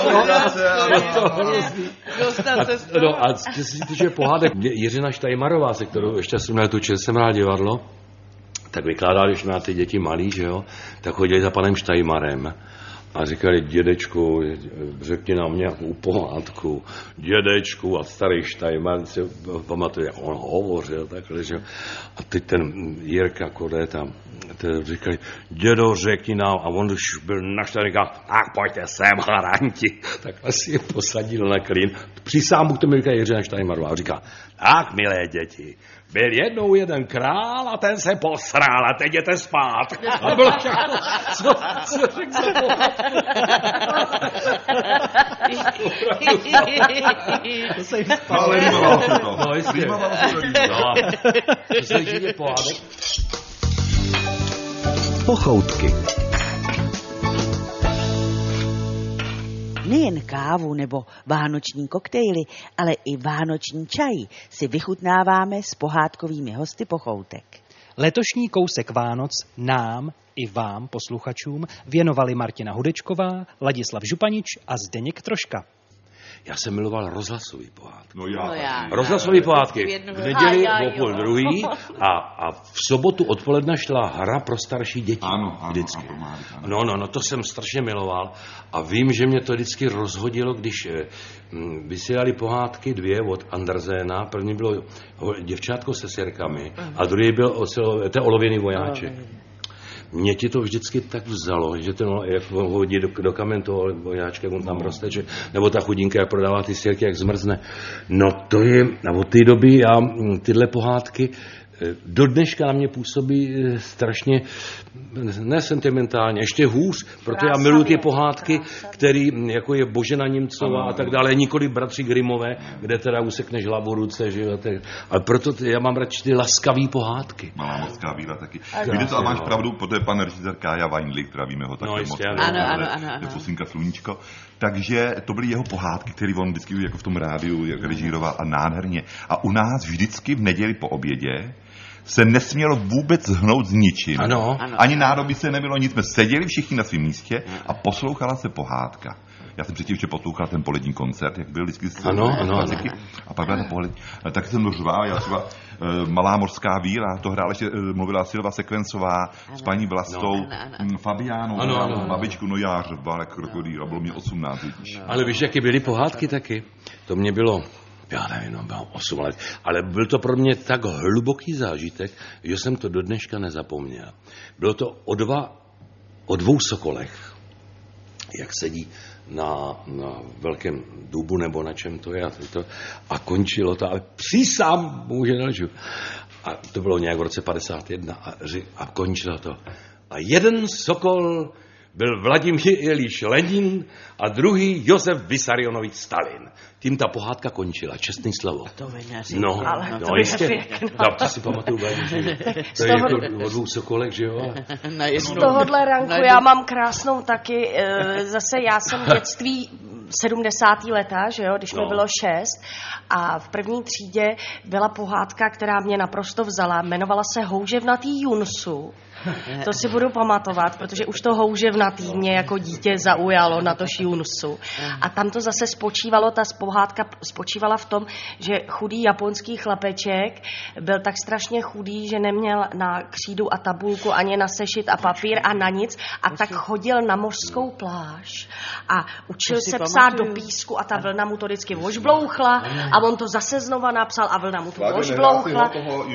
No a co se týče pohádek, Jiřina Štajmarová, se kterou ještě jsem měl tučil, jsem rád divadlo, tak vykládal, když měla ty děti malý, že jo, tak chodili za panem Štajmarem. A říkali, dědečku, řekni nám nějakou pohádku. Dědečku a starý Štajman si pamatuje, jak on hovořil takhle, že? A teď ten Jirka Kodeta, říkali, dědo, řekni nám, a on už byl naštvaný, říkal, tak pojďte sem, haranti. Takhle si je posadil na klín. Přísám Bůh to mi říká Jiřina Štajmarová. A říká, tak, milé děti, byl jednou jeden král a ten se posral a teď jděte spát. A bylo všechno, co, co řekl se pohádku. To se jim spalo. Ale líbalo se to. No, jistě. Líbalo se to. No, to se jich pohádek. Pochoutky. Nejen kávu nebo vánoční koktejly, ale i vánoční čaj si vychutnáváme s pohádkovými hosty Pochoutek. Letošní kousek Vánoc nám i vám, posluchačům, věnovali Martina Hudečková, Ladislav Županič a Zdeněk Troška. Já jsem miloval rozhlasový pohádky. No já. No já. Rozhlasový pohádky. Jednu- V neděli A já, o půl jo. druhý a, a v sobotu odpoledne šla hra pro starší děti. Ano, ano, vždycky. ano, ano, ano. No, no, no, to jsem strašně miloval a vím, že mě to vždycky rozhodilo, když eh, hm, vysílali pohádky dvě od Anderséna. První bylo Děvčátko se sirkami a druhý byl ocelo, ten olověný vojáček. Mě ti to vždycky tak vzalo, že ten, jak ho hodí do, do kamen toho vojáčka, jak on tam roste, že, nebo ta chudinka, jak prodává ty sirky, jak zmrzne. No to je, a od té doby já tyhle pohádky do dneška na mě působí strašně nesentimentálně, ještě hůř, protože já miluji ty pohádky, který, jako je Božena Němcová a tak dále, nikoli Bratři Grimové, kde teda usekneš hlavu ruce, že jo, tak, ale proto ty, já mám radši ty laskavý pohádky. Malá mořská víra taky. Víte to, a máš pravdu, protože pan režisér Kája Weinlich, zdravíme ho také No, moc. jistě, ano. Ano, ano, ano, ano. Fosinka Sluníčko. Takže to byly jeho pohádky, které on vždycky jako v tom rádiu jak režíroval a nádherně. A u nás vždycky v neděli po obědě se nesmělo vůbec hnout s ničím. Ano. Ani nádoby se nebylo nic. Jsme seděli všichni na svém místě a poslouchala se pohádka. Já jsem předtím ještě poslouchal ten polední koncert, jak byl vždycky z Ano, ano, klasiky. A pak byl ten pohled. Tak jsem řval, já třeba uh, Malá mořská víra, to hrála ještě, uh, mluvila Silva Sekvencová ano. s paní Vlastou, No, ano, ano. Fabiánou, Ano, ano, ano. babičku, no já řval jak krokodýl, a bylo mě osmnáct, vidíš. No. Ale víš, jaké byly pohádky taky? To mě bylo, já nevím, no, bylo osm let, ale byl to pro mě tak hluboký zážitek, že jsem to do dneška nezapomněl. Bylo to o, dva, o dvou sokolech, jak sedí na, na velkém dubu nebo na čem to je to, a končilo to, ale přísám, může nelžu. A to bylo nějak v roce padesát jedna a, a končilo to. A jeden sokol byl Vladimír Ilíš Lenin a druhý Josef Vysarionovič Stalin. Tím ta pohádka končila, čestný slovo. To mi neříká. No, Ale no to je jistě. pěkné. Tak to si pamatuju, že to je jako o dvou sokolech, že jo? Na jednu. Z tohohle ranku Na jednu. já mám krásnou taky, e, zase já jsem v dětství sedmdesátá leta, že jo, když mi No. bylo šest a v první třídě byla pohádka, která mě naprosto vzala, jmenovala se Houževnatý Junsu. To si budu pamatovat, protože už to houževnatý mě jako dítě zaujalo na to Junsu. A tam to zase spočívalo, ta pohádka spočívala v tom, že chudý japonský chlapeček byl tak strašně chudý, že neměl na křídu a tabulku ani na sešit a papír a na nic a tak chodil na mořskou pláž a učil To si se psát pamatuju. do písku a ta vlna mu to vždycky vožblouchla a on to zase znova napsal a vlna mu to vožblouchla.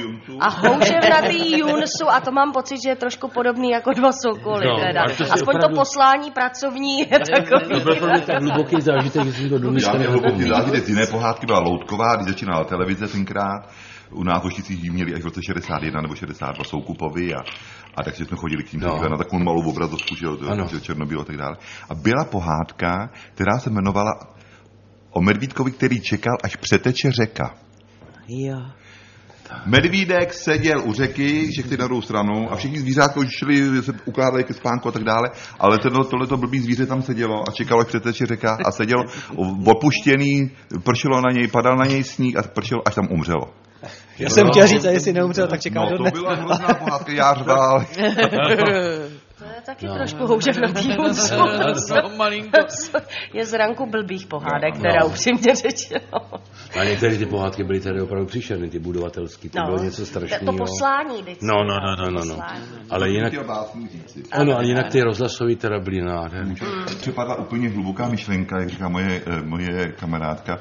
A houževnatý Junsu, a to mám pocit, že je trošku podobný jako dva sokoly. No, teda. ale to si Aspoň opravdu- to poslání pracovní je takový. To byl pro mě tak hluboký zážitek, že si to do Já dneška měl hluboký nezapomněl. zážitek z jiné pohádky, byla Loutková, když začínala televize tenkrát. U nás v Hošticích ji měli až v roce šedesát jedna nebo šedesát dva Soukupovi a, a takže jsme chodili k tím No. no. na takovou malou obrazovku, že jo, Ano. že černobílo a tak dále. A byla pohádka, která se jmenovala o medvídkovi, který čekal, až přeteče řeka. Jo. Medvídek seděl u řeky, všechny na druhou stranu a všichni zvířátka už šli, se ukládali ke spánku a tak dále, ale tohle, tohleto blbý zvíře tam sedělo a čekalo, až přeteče řeka a seděl opuštěný, pršelo na něj, padal na něj sníh a pršelo, až tam umřelo. Já jsem chtěl říct, a jestli neumřel, tak čeká No do to dne. byla hrozná pohádka, já řval. To je taky no. trošku houževnatý husl. Je z ranku blbých pohádek, no, teda no. upřímně řečeno. A některé ty pohádky byly tady opravdu příšerné, ty budovatelský, to no. bylo něco strašného. To poslání vždycky. No, no, no, no, no, no. Ale jinak, ano, ale jinak ty rozhlasový teda byly nádherné. Připadla úplně hluboká myšlenka, jak říká moje, moje kamarádka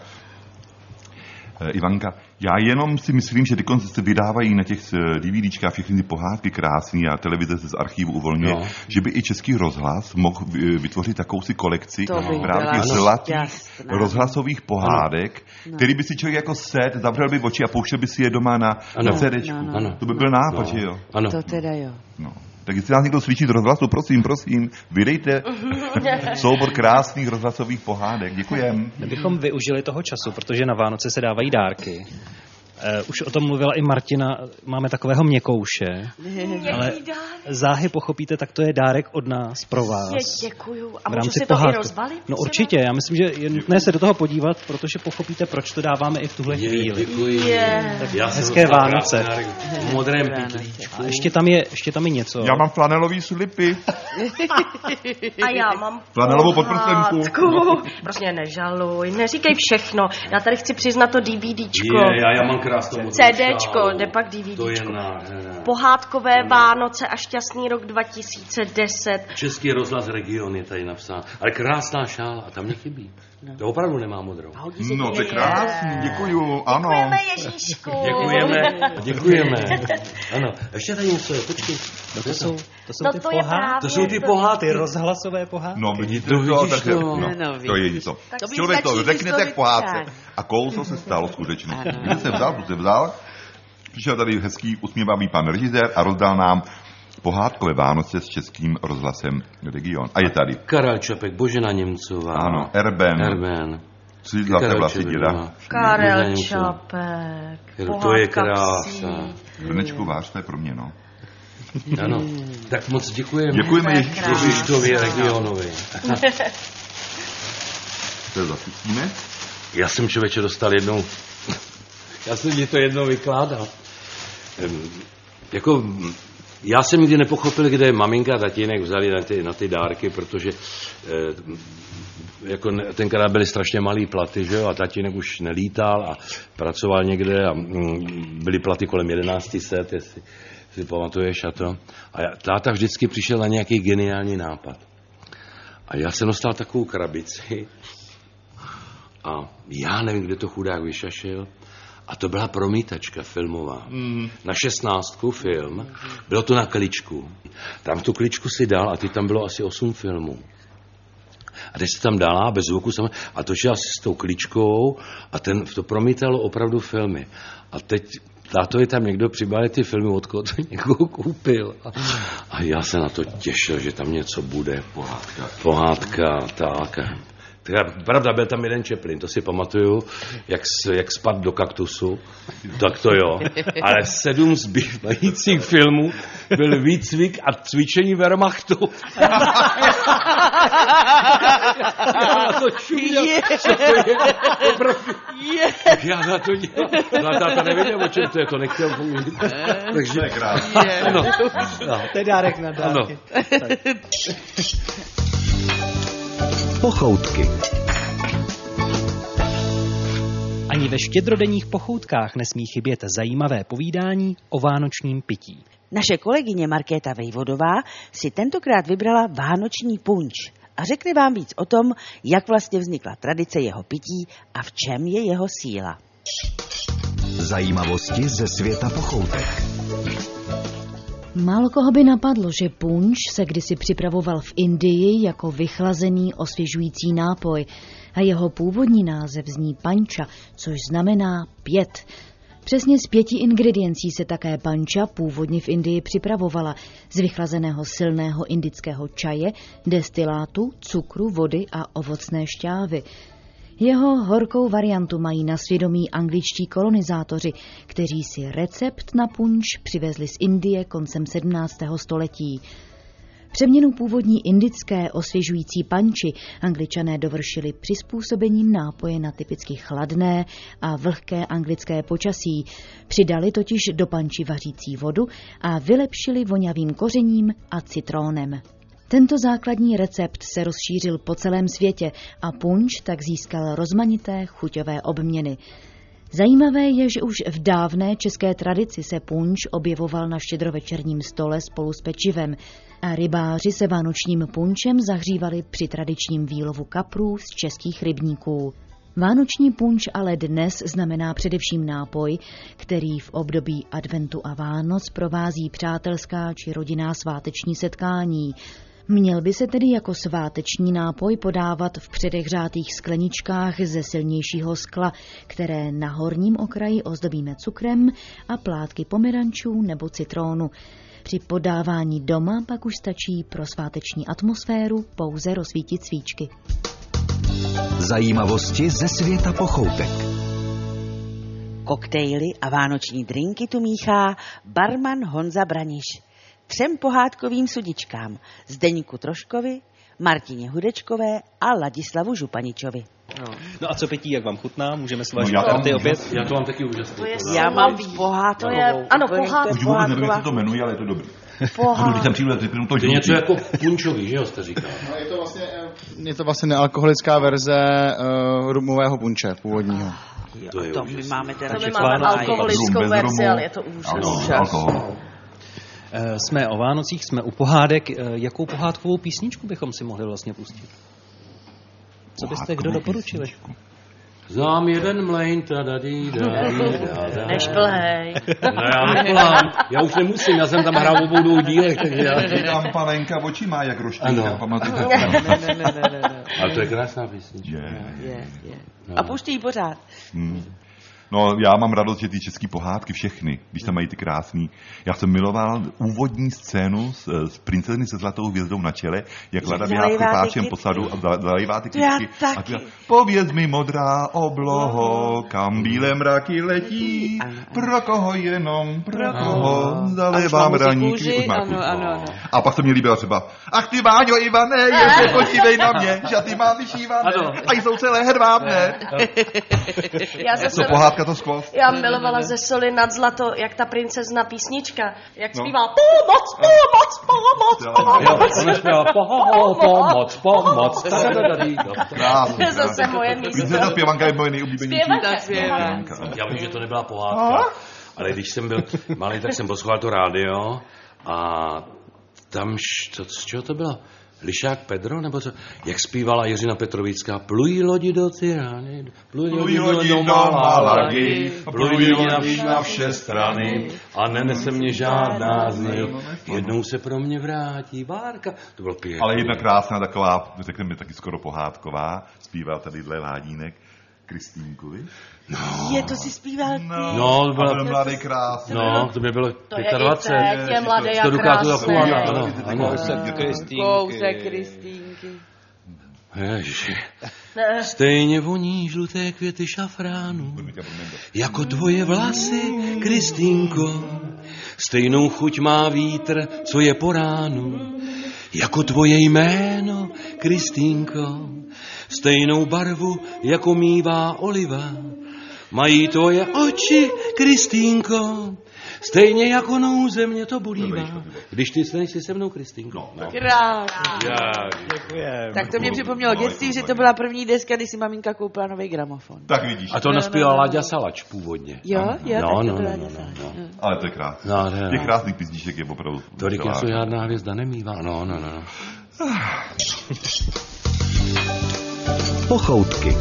Ivanka. Já jenom si myslím, že tykonce se vydávají na těch DVDčkách všechny ty pohádky krásný a televize se z archivu uvolňuje, no. že by i Český rozhlas mohl vytvořit takovousi kolekci právě těch zlatých rozhlasových pohádek, no. který by si člověk jako set, zavřel by oči a pouštěl by si je doma na, na CDčku. No, no, no. To by byl nápad, no. že jo? Ano. To teda jo. No. Tak jestli nás někdo slyší z rozhlasu, prosím, prosím, vydejte soubor krásných rozhlasových pohádek. Děkujem. My bychom využili toho času, protože na Vánoce se dávají dárky. Uh, už o tom mluvila i Martina, máme takového měkouše, ale záhy pochopíte, tak to je dárek od nás pro vás. Je, děkuju. A můžu si to pohádky. i rozvalit? No určitě, já myslím, že je nutné se do toho podívat, protože pochopíte, proč to dáváme i v tuhle je, chvíli. Děkuji. Je. Hezké Vánoce. V modrém pytlíčku. A ještě tam je, ještě tam je něco. Já mám flanelový slipy. A já mám flanelovou podprstenku. Prostě nežaluj, neříkej všechno. Já tady chci přiznat to DVDčko. Je, já, já mám krásnou CDčko, jde pak DVDčko. Pohádkové Vánoce a šťastný rok dva tisíce deset. Český rozhlas Region je tady napsán. Ale krásná šála a tam mě chybí. No. To opravdu nemá modrou. No, to je krásný, děkuju, ano. Děkujeme, Ježíšku. Děkujeme, děkujeme. Ano, ještě tady něco je, počkej. No to jsou, to jsou no ty to pohádky. To jsou ty pohádky. Ty rozhlasové pohádky. No, vidíte to, to, tak, no, no, to je něco. Člověk to řekne tak pohádce. A kouslo se stalo skutečně. Kde se vzal, tu se vzal. Přišel tady hezký usměvavý pan režisér a rozdal nám pohádkové Vánoce s Českým rozhlasem Region. A je tady. Karel Čapek, Božena Němcová. Ano, Erben. Erben. Tři zlaté vlasy děda. Karel Čapek. To je krása. Hrnečku váš, to je pro mě, no. Ano, tak moc děkujeme. Děkujeme Ježíškovi Regionovi. To je zapisíme. Já jsem člověče dostal jednou, já jsem mi to jednou vykládal. Jako, já jsem nikdy nepochopil, kde maminka a tatínek vzali na ty, na ty dárky, protože jako tenkrát byly strašně malý platy, že jo, a tatínek už nelítal a pracoval někde a byly platy kolem jedenáct set, jestli si pamatuješ a to. A já, táta vždycky přišel na nějaký geniální nápad. A já jsem dostal takovou krabici a já nevím, kde to chudák vyšašil. A to byla promítačka filmová. Mm. Na šestnáctku film. Bylo to na kličku. Tam tu kličku si dal a ty tam bylo asi osm filmů. A teď se tam dala bez zvuku a točila si s tou kličkou a ten, to promítalo opravdu filmy. A teď tátovi tam někdo přibalil ty filmy, odkud to někoho koupil. A, a já se na to těšil, že tam něco bude. Pohádka. Pohádka, tak. Teda, pravda, byl tam jeden Chaplin, to si pamatuju, jak, jak spadl do kaktusu, tak to jo. Ale sedm zbývajících filmů byl výcvik a cvičení Wehrmachtu. Já na to čuměl, co to je, opravdu. Já na to dělal. No a táta nevěděl, o čem to je, to nechtěl povědět. Takže to je krásné. No. No. To je dárek na dárky. Pochoutky. Ani ve štědrodenních pochoutkách nesmí chybět zajímavé povídání o vánočním pití. Naše kolegyně Markéta Vejvodová si tentokrát vybrala vánoční punč a řekne vám víc o tom, jak vlastně vznikla tradice jeho pití a v čem je jeho síla. Zajímavosti ze světa pochoutek. Málo koho by napadlo, že punč se kdysi připravoval v Indii jako vychlazený osvěžující nápoj a jeho původní název zní panča, což znamená pět. Přesně z pěti ingrediencí se také panča původně v Indii připravovala, z vychlazeného silného indického čaje, destilátu, cukru, vody a ovocné šťávy. Jeho horkou variantu mají na svědomí angličtí kolonizátoři, kteří si recept na punč přivezli z Indie koncem sedmnáctého století. Přeměnu původní indické osvěžující panči Angličané dovršili přizpůsobením nápoje na typicky chladné a vlhké anglické počasí. Přidali totiž do panči vařící vodu a vylepšili vonavým kořením a citrónem. Tento základní recept se rozšířil po celém světě a punč tak získal rozmanité chuťové obměny. Zajímavé je, že už v dávné české tradici se punč objevoval na štědrovečerním stole spolu s pečivem a rybáři se vánočním punčem zahřívali při tradičním výlovu kaprů z českých rybníků. Vánoční punč ale dnes znamená především nápoj, který v období adventu a Vánoc provází přátelská či rodinná sváteční setkání. Měl by se tedy jako sváteční nápoj podávat v předehřátých skleničkách ze silnějšího skla, které na horním okraji ozdobíme cukrem a plátky pomerančů nebo citrónu. Při podávání doma pak už stačí pro sváteční atmosféru pouze rozsvítit svíčky. Zajímavosti ze světa pochoutek. Koktejly a vánoční drinky tu míchá barman Honza Braniš. Třem pohádkovým sudičkám, Zdeňku Troškovi, Martině Hudečkové a Ladislavu Županičovi. No. no a co pití, jak vám chutná? Můžeme svážit no, karty opět? Já to mám taky úžasný. Já mám pohádkovou. Ano, pohádkovou. Už vůbec nevím, jak se to jmenuje, ale je to dobrý. Pohádkovou. Když jsem přijdu, to je něco jako punčový, že jo, jste říkal? No, je to vlastně, je to vlastně nealkoholická verze uh, rumového punče původního. Jo, to je to úžasný. my máme teda To my máme alkoholickou Rum bez verzi, rumu. ale je to úžasné. Alkohol. Jsme o Vánocích, jsme u pohádek. Jakou pohádkovou písničku bychom si mohli vlastně pustit? Co byste kdo doporučili? Znám jeden mlejn, tadadí, Nešplhej. No já neplám, já už nemusím, já jsem tam hrál obou dvou dílech, takže já... Tam panenka oči má jak roští, Ano. já pamatuju. Ne, ne, ne, ne, ne. Ale to je krásná písnička. Je, je. Je, je. A pouštějí pořád. Hmm. No, já mám radost, že ty české pohádky všechny, když tam mají ty krásný. Já jsem miloval úvodní scénu s, s princezny se zlatou hvězdou na čele, jak Lada běhá s chrupáčem po sadu a zalejvá ty kytky. A ty, pověz mi, modrá obloho, kam bílé mraky letí, pro koho jenom, pro koho, zalevám raníky. Ano, ano, ano. A pak se mi líbilo třeba, ach ty Váňo Ivane, jen se podívej na mě, žaty mám vyšívané a jsou celé hedvábné. Já zase To skvost. Já milovala ze soli nad zlato, jak ta princezna písnička, jak zpívá pomoc, pomoc, pomoc, pomoc. Ona zpívá pomoc, pomoc. To je zase moje místo. Princezna zpěvanka je moje nejoblíbenější. Zpěvanka. Já vím, že to nebyla pohádka, ale když jsem byl malý, tak jsem poslouchal to rádio a tam, to, z čeho to bylo? Lišák Pedro, nebo co? Jak zpívala Jiřina Petrovická, plují lodi do Tirány, plují lodi do Malagy, plují lodi na vše strany a nenese mě žádná z nich. Jednou se pro mě vrátí Várka. To bylo pěkný. Ale jedna krásná taková, řekneme taky skoro pohádková, zpíval tady dle Ládínek, Kristýnkovi. No. Je, to si zpíval ty. No, no to byl mladý krásný. No, to by bylo to dvacet pět. To je i teď, je mladé a sto dukátů za půl, krásné. ano, ano. Kousek Kristýnky. Ježiši. Stejně voní žluté květy šafránu, jako tvoje vlasy, Kristýnko. Stejnou chuť má vítr, co je po ránu, jako tvoje jméno, Kristýnko. Stejnou barvu, jako mívá oliva, mají tvoje oči, Kristýnko. Stejně jako nouze mě to bolívá, když ty nejsi se mnou, Kristýnko. No. Krásně. Děkujem. Tak to mě připomnělo dětství, že to byla první deska, kdy si maminka koupila nový gramofon. Tak vidíš. A to naspívala Láďa Salač původně. Jo, jo, no, tak no, to byla no, Láďa no, Salač. no. Ale to je krásný. No, ne, Těch no. krásných písniček je opravdu. Tolik něco žádná hvězda nemývá. No, no, no. Pochoutky.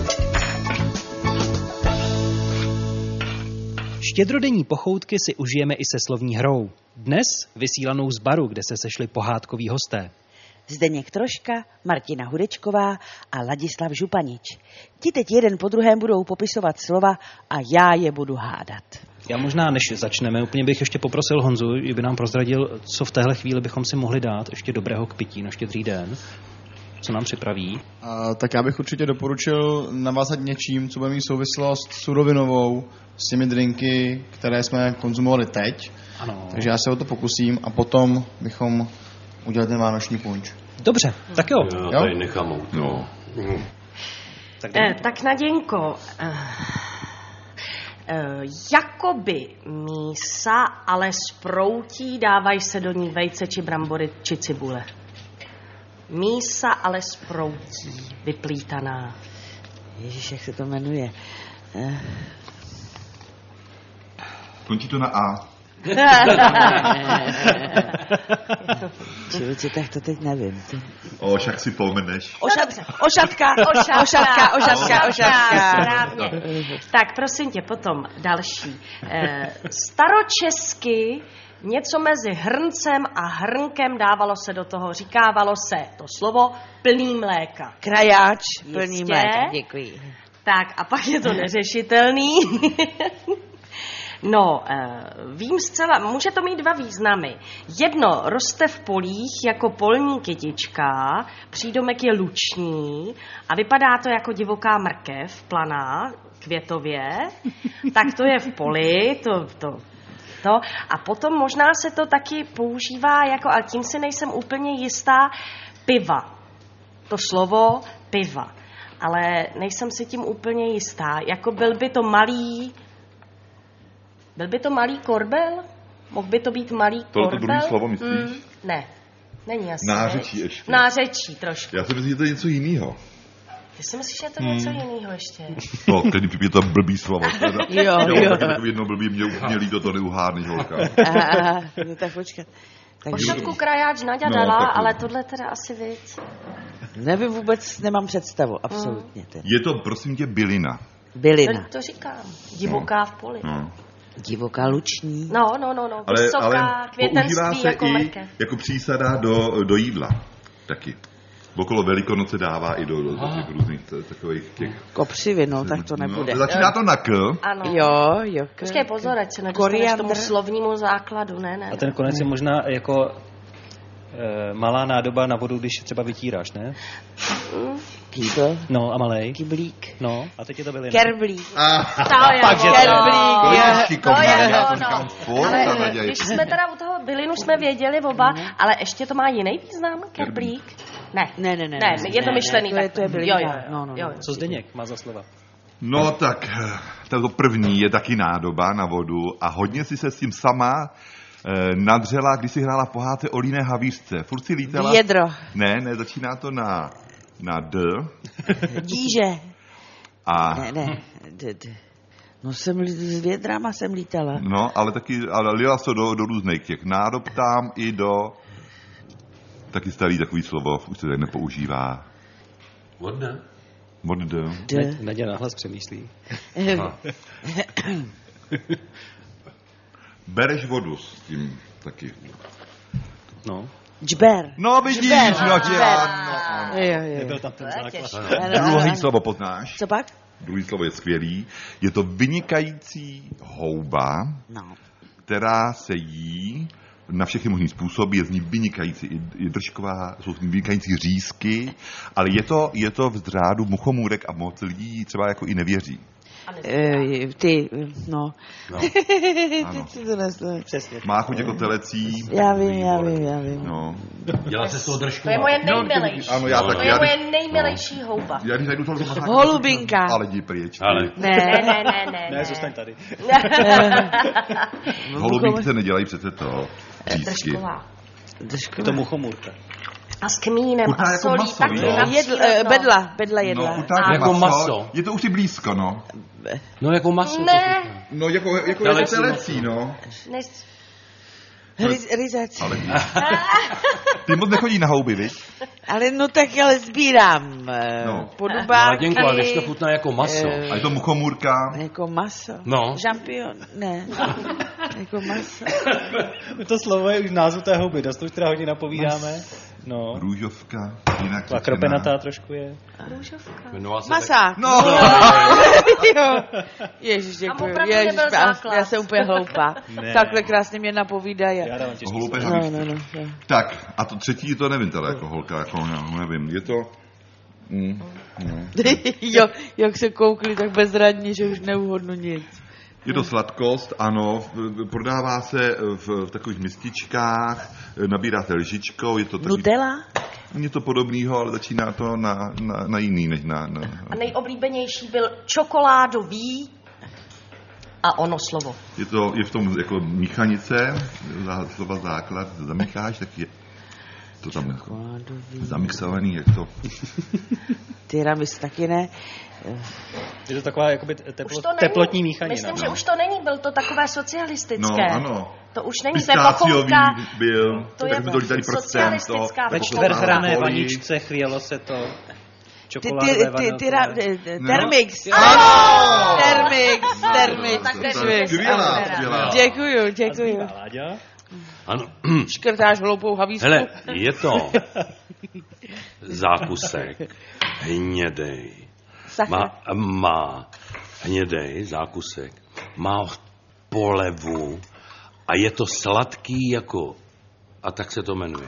Štědrodenní pochoutky si užijeme i se slovní hrou. Dnes vysílanou z baru, kde se sešli pohádkoví hosté. Zdeněk Troška, Martina Hudečková a Ladislav Županič. Ti teď jeden po druhém budou popisovat slova a já je budu hádat. Já možná, než začneme, úplně bych ještě poprosil Honzu, kdyby nám prozradil, co v téhle chvíli bychom si mohli dát ještě dobrého k pití na Štědrý den. Co nám připraví? A, tak já bych určitě doporučil navázat něčím, co bude mít souvislost surovinovou s těmi drinky, které jsme konzumovali teď. Ano. Takže já se o to pokusím a potom bychom udělali ten vánoční punč. Dobře, tak jo. Jo, Jo? tady nechám. No. Tak Eh, tak Naděnko, eh, eh, jakoby mísa, ale s proutí dávají se do ní vejce či brambory či cibule. Mísa ale sproutí, vyplítaná. Ježíš, jak se to jmenuje? Eh. Končí to na A. Člověče, tak to teď nevím. O, však si pomeneš. Ošat, ošatka, ošatka, ošatka, ošatka, ošatka. Správně. Tak prosím tě, potom další. Eh, staročesky něco mezi hrncem a hrnkem dávalo se do toho, říkávalo se to slovo plný mléka. Krajáč, plný Jistě. mléka, děkuji. Tak a pak je to neřešitelný. No, vím zcela, může to mít dva významy. Jedno, roste v polích jako polní kytička, přídomek je luční a vypadá to jako divoká mrkev, planá, květově, tak to je v poli, to, to, to. A potom možná se to taky používá jako, ale tím si nejsem úplně jistá, piva. To slovo piva. Ale nejsem si tím úplně jistá. Jako byl by to malý... Byl by to malý korbel? Mohl by to být malý To korbel? to druhý slovo myslíš? Mm, ne, není jasný. Nářečí ještě. Nářečí trošku. Já si myslím, že to je něco jiného. Ty si myslíš, že je to něco Hmm. jiného ještě? No, když je to blbý slovo. Teda. Jo, jo. Takový jedno blbý, mě úplně líto, to neuhádneš, holka. Aha, aha, no tak počkat. Tak Ošatku krajáč Naďa No, dala, taky. ale tohle teda asi víc. nevím vůbec, nemám představu, absolutně. Teda. Je to, prosím tě, bylina. Bylina, To, to říkám. Divoká v poli. No. divoká luční. No, no, no, no. Ale, Vysoká, ale používá květenství se jako i mrkev. jako přísada do, do jídla. Taky. Okolo Velikonoce dává i do, do, do těch různých t- takových těch... Kopřivy, no, tak to nebude. No, začíná to na K. Ano. Jo, jo. k- Počkej, pozor, ať se nedostaneš Koriandr. tomu slovnímu základu, ne, ne. A ten konec je možná jako e, malá nádoba na vodu, když třeba vytíráš, ne? Kýbl, No a malej. kyblík, No a teď je to bylina. kerblík. To je Pak, že ono. Kerblík, To je je. šikovná, To je já to ono. říkám furt, Ale ta Naděja je- když jsme teda u toho bylinu jsme věděli oba, ale ještě to má jiný význam, kerblík? Ne. Ne, ne, ne. Ne, je to ne, myšlený ne, to je, tak. to je bylinka. Jo, jo, jo. No, no, Jo, no. jo. Co Zdeněk má za slova? No tak, to první je taky nádoba na vodu a hodně si se s tím sama eh, nadřela, když si hrála v pohádce o líné havířce. Furt si lítala... Vědro, Ne, ne, začíná to na, na D. díže. A, Ne, ne. D, d. No jsem, lí- s vědrama jsem lítala. no, ale taky, ale lila se do, do různých těch nádob tam i do... Taky starý takový slovo, už se tady nepoužívá. Vodne? Od D. D. Naděja nahlas přemýšlí. Bereš vodu s tím taky. No. Džber. No vidíš, Džber, no, džber. ano, ano. Jo, jo. Nebyl tam ten To je základ. těžké. Ano, ano, Druhý ano. slovo poznáš? Co pak? Druhý slovo je skvělý. Je to vynikající houba, No. která se jí na všechny možný způsoby, je z ní vynikající, i- je držková, jsou z ní vynikající řízky, ale je to, je to v řádu muchomůrek a moc lidí třeba jako i nevěří. E, ty, no. No, ano. Ty to neslo. Přesně. Má chuť jako telecí. Já vím, já vím, já vím. No. Dělá se z toho držku. To je moje nejmilejší. Ano, já No, taky. To je Já, moje když, nejmilejší houba. já když najdu toho zobáka, Holubinka. ale jdi pryč. ty. Ale Ne, Ne, ne, ne, ne. Ne, zůstaň tady. Holubinky se nedělají přece to. Řízky. Držková. Je to muchomůrka. A s kmínem Chutná a jako solí maso, taky jo. na Jedl, přírodno. eh, bedla, bedla jedla. No, chutná Jako maso. Je to už si blízko, no. No jako maso. to Ne, chutná. No jako, jako, jako Telecí telecí, no. ne, Ryz, ryzec. Ale ty moc nechodí na houby, viď? Ale no tak ale sbírám eh, No. podobáky. Laděnko, ale když to chutná jako maso. Eh, A je to muchomůrka. Jako maso. No. Žampion, ne. Jako maso. To slovo je už v názvu té houby, dost to už teda hodně napovídáme. No. Růžovka, jinak Taková kropenatá trošku je. růžovka. Jmenovala se Masák. No, Jo. Ježiš, děkuji. opravdu Ježiš, nebyl já, základ. já jsem úplně hloupá. Ne. Takhle krásně mě napovídají. Já dávám těžký Hloupé slovo. No, havířce. no, no. no. Tak, a to třetí, to nevím teda jako holka, jako no, nevím, je to... Mm, no. Jo, jak se koukli tak bezradně, že už neuhodnu nic. Je to sladkost, ano, v- prodává se v, v takových mističkách, nabíráte lžičkou, je to takový, Nutella? něco podobného, ale začíná to na, na, na jiný, než na... na A nejoblíbenější byl čokoládový a ono slovo. je, to, je v tom jako míchanice, za- slova základ, zamícháš, tak je to tam jako zamixovaný, jak to... Tiramisu taky ne. Je to taková jakoby teplo, to není, teplotní míchanina. Myslím, no. že už to není, byl to takové socialistické. No, ano. To už není, to je pochoutka. byl, To tak je jsme to dali prstem. Ve čtverhrané vaničce chvělo se to. Ty, ty, ty, ty, Thermix. Ano! Thermix, Thermix. Skvělá, skvělá. Děkuju, děkuju. Ano. Škrtáš hloupou havízku. Hele, je to zákusek hnědej. Má, má hnědej zákusek, má polevu a je to sladký jako, a tak se to jmenuje.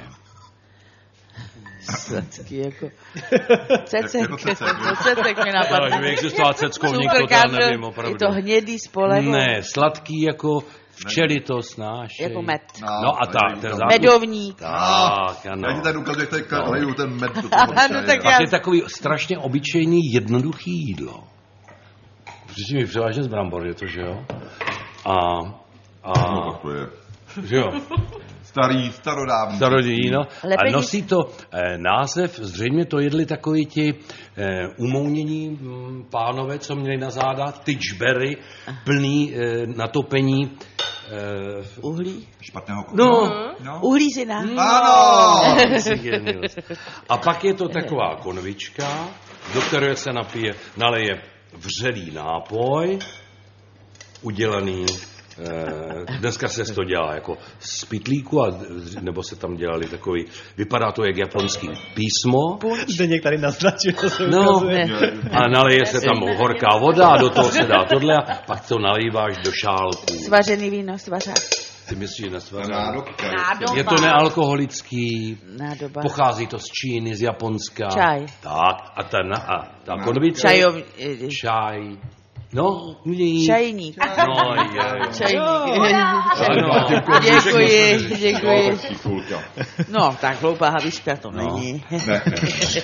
Sladký jako cecek, jako cecek mi napadne. No, že by existoval ceckovník, to já nevím opravdu. Je to hnědý s polevou. Ne, sladký jako včely to snášejí. Jako med. No, no a tak, ten zákus. Medovník. Tak, ano. Já ti tady ukazuji, jak tady leju ten med do toho. Ano, tak já... A to je takový strašně obyčejný, jednoduchý jídlo. Protože mi převážně z brambor je to, že jo? A... a no, to je. Že jo? Starý, starodávný. Starodávný, no. A nosí to eh, název, zřejmě to jedli takoví ti eh, umounění hm, pánové, co měli na záda, ty džbery, plný eh, natopení. Eh, uhlí? Špatného koně. No. no. Uhlízina. No. Ano. A pak je to taková konvička, do které se napije, naleje vřelý nápoj, udělaný. Dneska se to dělá jako z pytlíku, a, nebo se tam dělali takový, vypadá to jak japonský písmo. Zdeněk tady naznačil, to se no, ukazuje. A naleje se tam horká voda a do toho se dá tohle a pak to nalíváš do šálku. Svařený víno, svařák. Ty myslíš, že nesvařený? Nádoba. Je to nealkoholický, Nádoba. Pochází to z Číny, z Japonska. Čaj. Tak, a ta, a ta konvice. Čajov... Čaj. No, mít. Čajník. No, je. Čajník. Ano. Děkuji, děkuji. No, tak hloupá havíčka to no. není. Ne, ne.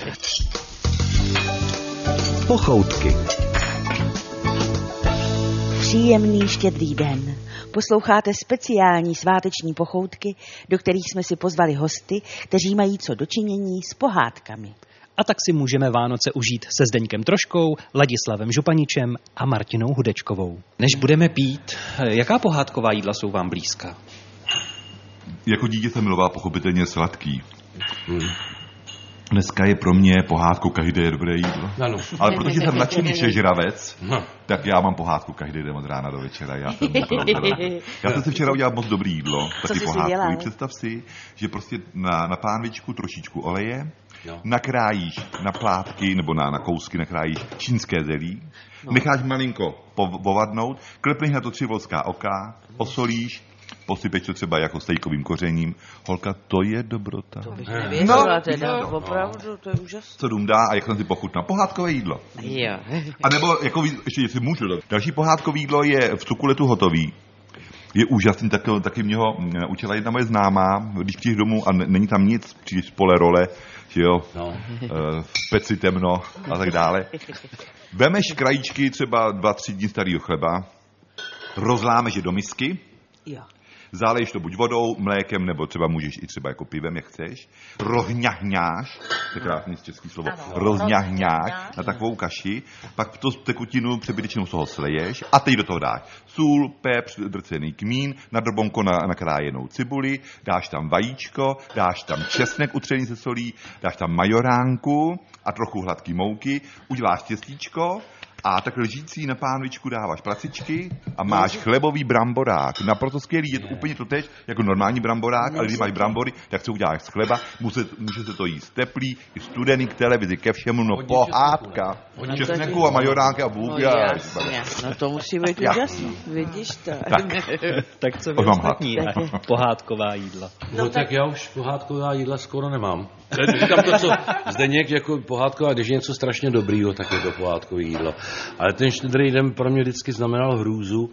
Pochoutky. Příjemný štědrý den. Posloucháte speciální sváteční pochoutky, do kterých jsme si pozvali hosty, kteří mají co dočinění s pohádkami. A tak si můžeme Vánoce užít se Zdeňkem Troškou, Ladislavem Županičem a Martinou Hudečkovou. Než budeme pít, jaká pohádková jídla jsou vám blízká? Jako dítě jsem miloval pochopitelně sladký. Hmm. Dneska je pro mě pohádkou každé je dobré jídlo. Ano. Ale protože jsem nadšený všežravec, no. tak já mám pohádku každý den od rána do večera. Já jsem, já jsem si včera udělal moc dobré jídlo, taky pohádku. Představ si, že prostě na, na pánvičku trošičku oleje, no. nakrájíš na plátky nebo na, na kousky nakrájíš čínské zelí, no. necháš malinko povadnout, klepneš na to tři volská oka, osolíš, posypeš to třeba jako stejkovým kořením. Holka, to je dobrota. To bych nevěřila, no, teda, no, opravdu, to je úžasné. Co dům dá a jak jsem si pochutnal. Pohádkové jídlo. Jo. A nebo, jako, ještě jestli můžu, další pohádkové jídlo je v sukuletu hotový. Je úžasný, taky, taky mě ho učila jedna moje známá, když přijdeš domů a není tam nic, přijdeš z pole role, že jo, no. v peci temno a tak dále. Vemeš krajíčky třeba dva, tři dní starého chleba, rozlámeš je do misky, jo. Záleješ to buď vodou, mlékem, nebo třeba můžeš i třeba jako pivem, jak chceš. Rozňahňáš, to je krásný český slovo, rozňahňáš na takovou kaši, pak tu tekutinu přebytečnou z toho sleješ a teď do toho dáš sůl, pepř, drcený kmín, na drbonko na, nakrájenou cibuli, dáš tam vajíčko, dáš tam česnek utřený se solí, dáš tam majoránku a trochu hladký mouky, uděláš těstíčko, a tak lžící na pánvičku dáváš placičky a máš chlebový bramborák. Naprosto skvělý, je to úplně to tež jako normální bramborák, ale když máš brambory, tak co uděláš z chleba, může, může se to jíst teplý, i studený k televizi, ke všemu, no pohádka. Česneku a majoránky a bůh. No to musí být úžasný, vidíš to. Tak, tak co vy ostatní pohádková jídla? No, no tak já už pohádková jídla skoro nemám. Říkám to, co Zdeněk jako pohádková, když je něco strašně dobrýho, tak je to pohádkové jídlo. Ale ten štědrý den pro mě vždycky znamenal hrůzu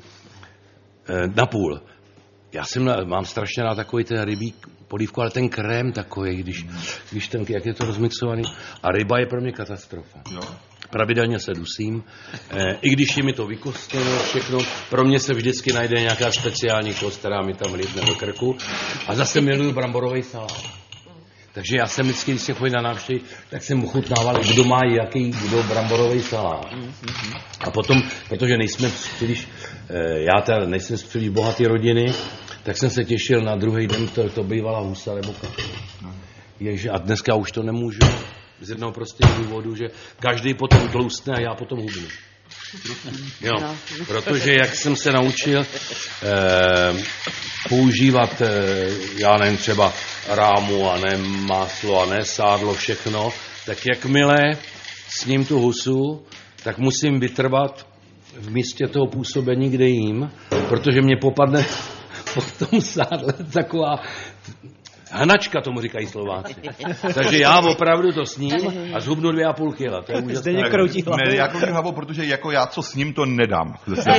eh, na půl. Já jsem na, mám strašně rád takový ten rybí polívku, ale ten krém takový, když, když ten, jak je to rozmixovaný. A ryba je pro mě katastrofa. Jo. Pravidelně se dusím. Eh, I když je mi to vykostěno všechno, pro mě se vždycky najde nějaká speciální kost, která mi tam vlítne do krku. A zase miluju bramborový salát. Takže já jsem vždycky, když se chodí na návštěvy, tak jsem ochutnával, kdo má jaký, kdo bramborový salát. A potom, protože nejsme příliš, já teda nejsem z příliš bohaté rodiny, tak jsem se těšil na druhý den, to, to bývala husa nebo kafe. Ježe, a dneska už to nemůžu. Z jednoho prostého důvodu, že každý potom tloustne a já potom hubnu. Jo, protože jak jsem se naučil eh, používat, eh, já nevím, třeba rámu a ne máslo a ne sádlo, všechno, tak jakmile s ním tu husu, tak musím vytrvat v místě toho působení, kde jím, protože mě popadne po tom sádle taková hnačka, tomu říkají Slováci. Takže já opravdu to sním a zhubnu dvě a půl kila. To je úžasné. Ne, já kroutím hlavou, protože jako já, co s ním, to nedám.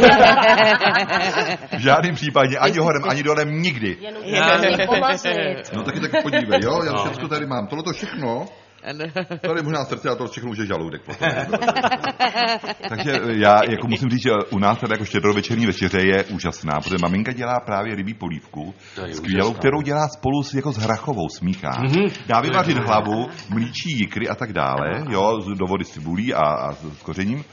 V žádném případě, ani horem, ani dolem, nikdy. Jenom pomazlit. No taky tak podívej, jo, já všechno tady mám. Tohle to všechno, tady možná srdce a to všechno už je žaludek. Takže já jako musím říct, že u nás tady jako štědrovečerní večeře je úžasná, protože maminka dělá právě rybí polívku, skvělou, kterou dělá spolu s, jako s hrachovou, smíchá. Mm-hmm. Dá vyvařit hlavu, mlíčí jikry a tak dále, jo, do vody s cibulí a, a s kořením.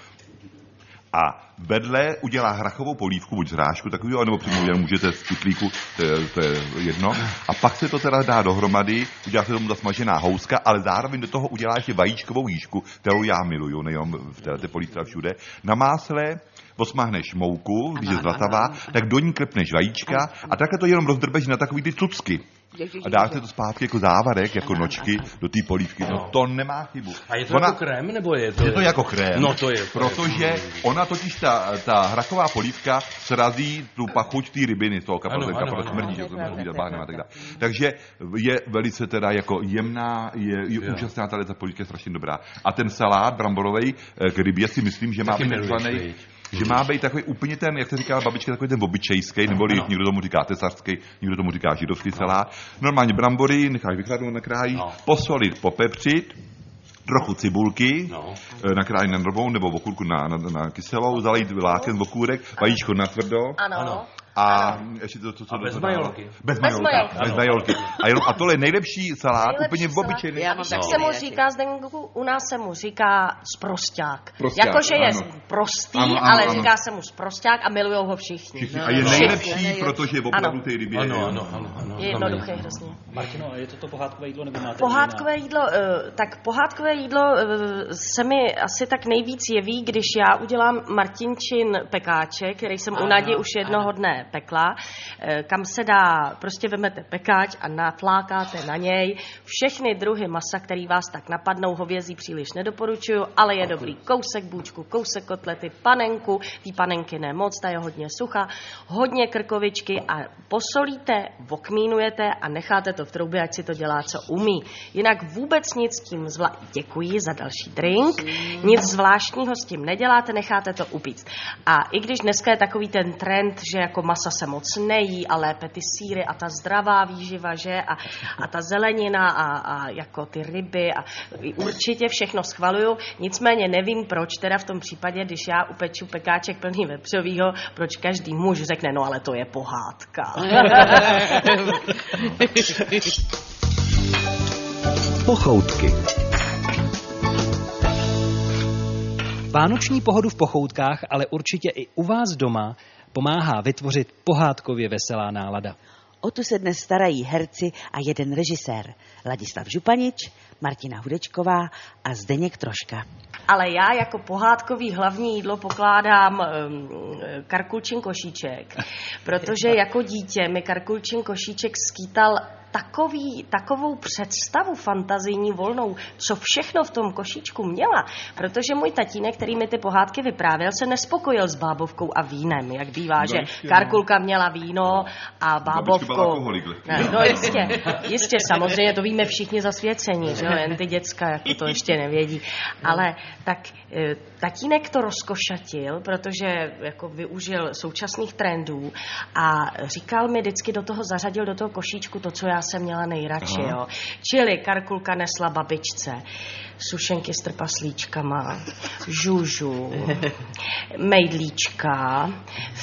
A vedle udělá hrachovou polívku, buď z hrášku takového, nebo přímo můžete z pytlíku, to je, to je jedno. A pak se to teda dá dohromady, udělá se tomu ta smažená houska, ale zároveň do toho udělá ještě vajíčkovou jížku, kterou já miluju, nejenom v této polívce všude. Na másle osmahneš mouku, když je zlatavá, tak do ní klepneš vajíčka a takhle to jenom rozdrbeš na takový ty cucky. A dáš to zpátky jako závarek, jako nočky do té polívky. No to nemá chybu. A je to ona, jako krém, nebo je to? Je to jako krém. No to je. To protože je. ona totiž, ta, ta hrachová polívka srazí tu pachuť té rybiny, z toho kaprotenka, protože smrdí, že to smrdí do báhnem a tak dále. Takže je velice teda jako jemná, je, je úžasná tady ta polívka, je strašně dobrá. A ten salát bramborovej k rybě si myslím, že má být takzvanej, že má být takový úplně ten, jak se říká babička, takový ten obyčejský, neboli někdo tomu říká tesařský, někdo tomu říká židovský salát. Normálně brambory necháš vychladnout na kráji, no. posolit, popepřit, trochu cibulky, no. nakrájet na novou nebo okurku na, na, na kyselou, zalít láken okůrek, vajíčko na tvrdo. Ano. A ještě to, to, to, a bez to, majolky. Bez majolky. Bez majolky. A, jenom, a tohle je nejlepší salát, nejlepší úplně obyčejný. Tak no. se mu říká, Zdenku, u nás se mu říká sprosťák. Prosťák, jakože je ano. prostý, ano, ano, ale ano. říká se mu sprosťák a milujou ho všichni. všichni. A je nejlepší, všichni. Protože je opravdu té rybě. Ano, ano, ano, ano. Je jednoduché hrozně. Martino, a je to to pohádkové jídlo nebo máte Pohádkové jídlo, tak pohádkové jídlo se mi asi tak nejvíc jeví, když já udělám Martinčin pekáček, který jsem u Nadi už jednoho dne pekla, kam se dá, prostě vemete pekáč a natlákáte na něj všechny druhy masa, který vás tak napadnou. Hovězí příliš nedoporučuju, ale je dobrý kousek bůčku, kousek kotlety, panenku, tý panenky ne moc, ta je hodně suchá, hodně krkovičky a posolíte, okmínujete a necháte to v troubě, ať si to dělá, co umí. Jinak vůbec nic s tím zvla... Děkuji za další drink. Nic zvláštního s tím neděláte, necháte to upíct. A i když dneska je takový ten trend, že jako masa se moc nejí a lépe ty sýry a ta zdravá výživa, že? A, a ta zelenina a, a jako ty ryby a určitě všechno schvaluju, nicméně nevím, proč teda v tom případě, když já upeču pekáček plný vepřovýho, proč každý muž řekne, no ale to je pohádka. Pochoutky. Vánoční pohodu v pochoutkách, ale určitě i u vás doma pomáhá vytvořit pohádkově veselá nálada. O tu se dnes starají herci a jeden režisér. Ladislav Županič, Martina Hudečková a Zdeněk Troška. Ale já jako pohádkový hlavní jídlo pokládám um, karkulčin košíček, protože jako dítě mi karkulčin košíček skýtal takový, takovou představu fantazijní volnou, co všechno v tom košíčku měla, protože můj tatínek, který mi ty pohádky vyprávěl, se nespokojil s bábovkou a vínem, jak bývá, že Karkulka měla víno a bábovko... Ne, no jistě, jistě, samozřejmě, to víme všichni zasvěcení, že jo, jen ty děcka jako to ještě nevědí, ale tak tatínek to rozkošatil, protože jako využil současných trendů a říkal mi vždycky do toho, zařadil do toho košíčku to, co já jsem měla nejradši, jo. Čili Karkulka nesla babičce sušenky s trpaslíčkama, žužu, mejdlíčka,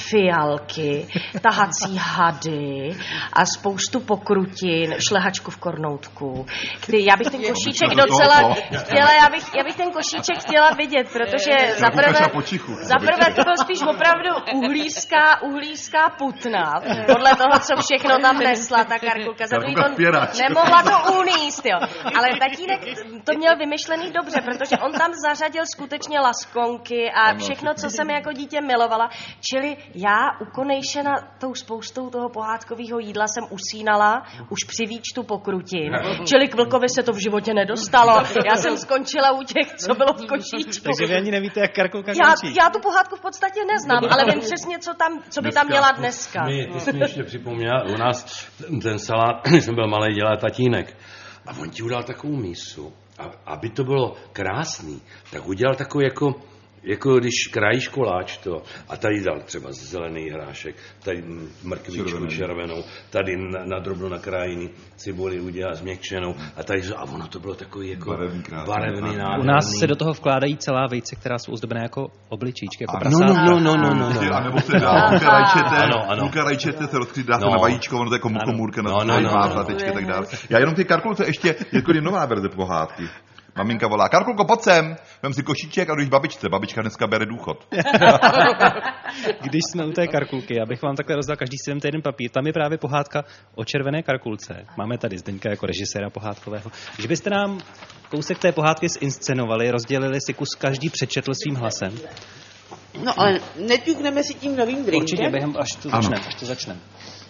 fialky, tahací hady a spoustu pokrutin, šlehačku v kornoutku. Kdy já bych ten košíček docela chtěla, já bych, já bych ten košíček chtěla vidět, protože zaprvé, zaprvé to byl spíš opravdu uhlířská, uhlířská putna, podle toho, co všechno tam nesla ta Karkulka. Za druhý to nemohla to uníst, jo. Ale tatínek to měl vymyšlený dobře, protože on tam zařadil skutečně laskonky a všechno, co jsem jako dítě milovala. Čili já ukonejšena tou spoustou toho pohádkového jídla jsem usínala už při výčtu pokrutin. Čili k vlkovi se to v životě nedostalo. Já jsem skončila u těch, co bylo v košíčku. Takže vy ani nevíte, jak Karkulka já, končí. já tu pohádku v podstatě neznám, ale vím přesně, co, tam, co by tam měla dneska. My, ty jsi mi ještě připomněla, u nás ten salát, když jsem byl malý, dělal tatínek. A on ti udal takovou mísu. A aby to bylo krásný, tak udělal takovou jako... Jako když krájíš koláč to, a tady dal třeba zelený hrášek, tady mrkvičku červenou, tady na, na drobno nakrájený cibuli udělal změkčenou, a tady, a ono to bylo takový jako barevný, barevný nádherný. U nás se do toho vkládají celá vejce, která jsou ozdobené jako obličíčky, jako no, prasátko. No, no, no, no, no. A nebo se dá půlka rajčete, půlka rajčete se rozkryt, dá se na vajíčko, ono to je jako muchomůrka, na no, no, pár zlatečky a tak dále. Já jenom ty Karkulce ještě, jako nová verze pohádky. Maminka volá, Karkulko, pojď sem, vem si košíček a jdeš babičce. Babička dneska bere důchod. Když jsme u té Karkulky, abych vám takhle rozdal každý si jeden papír, tam je právě pohádka o červené Karkulce. Máme tady Zdeňka jako režiséra pohádkového. Že byste nám kousek té pohádky zinscenovali, rozdělili si kus, každý přečetl svým hlasem. No ale neťukneme si tím novým drinkem. Určitě, během, až to začneme. Až to začneme.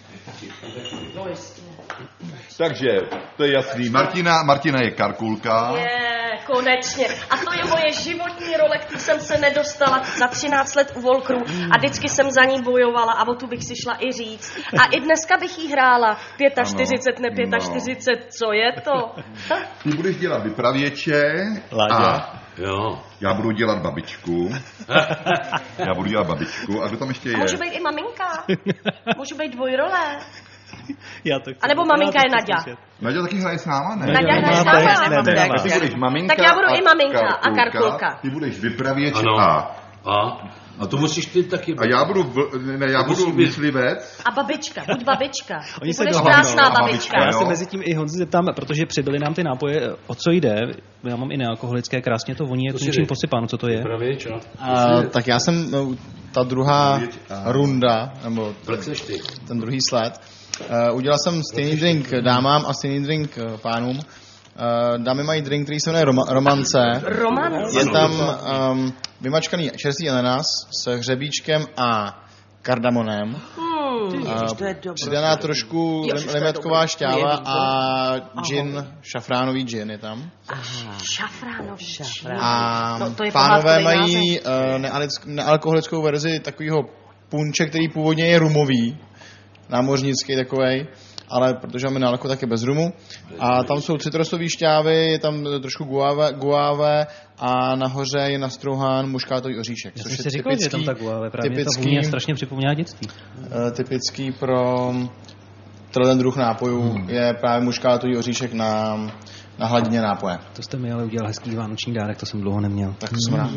No jistě. Takže, to je jasný. Martina, Martina je Karkulka. Je, konečně. A to je moje životní role, kterou jsem se nedostala za třináct let u Volkrů a vždycky jsem za ní bojovala a o tu bych si šla i říct. A i dneska bych jí hrála. čtyřicet pět, ne čtyřicet pět, no. Co je to? Ty budeš dělat vypravěče a jo. Já budu dělat babičku. Já budu dělat babičku. A kdo tam ještě je? A můžu být i maminka. Můžu být dvojrole. Já to chci. A nebo maminka je Naďa. Naďa taky hraje s náma, ne? Naďa hraje s náma. Ne, ne, ty budeš maminka. Tak já budu i maminka a Karkulka. Ty budeš vypravěč ano. a... A? A to musíš ty taky... A já budu, v, ne, já budu myslivec. A babička, buď babička. Oni ty budeš krásná babička. babička. Já se mezi tím i Honzi zeptám, protože přibyly nám ty nápoje, o co jde. Já mám i nealkoholické, krásně to voní, jako něčím posypáno, co to je? A, tak já jsem, no, ta druhá runda, nebo ty. ten druhý sled, uh, udělal jsem stejný drink dámám a stejný drink uh, pánům. Uh, dámy mají drink, který se jmenuje Roma, Romance. Romance. Je tam um, vymačkaný čerstvý ananas s hřebíčkem a kardamonem. Hmm. Uh, přidaná trošku lim, limetková šťáva a gin, šafránový gin je tam. Šafránový gin. A no, pánové mají uh, nealkoholickou verzi takového punče, který původně je rumový, námořnický takovej, ale protože máme nálko, tak je bez rumu. A tam jsou citrusové šťávy, je tam trošku guave, guave a nahoře je nastrouhán muškátový oříšek. Já jsem si říkal, že tam ta guave, právě typický, mě to vůně strašně připomíná dětství. Uh, typický pro ten druh nápojů hmm. je právě muškátový oříšek na, na hladině nápoje. To jste mi ale udělal hezký vánoční dárek, to jsem dlouho neměl. Tak to jsem rád.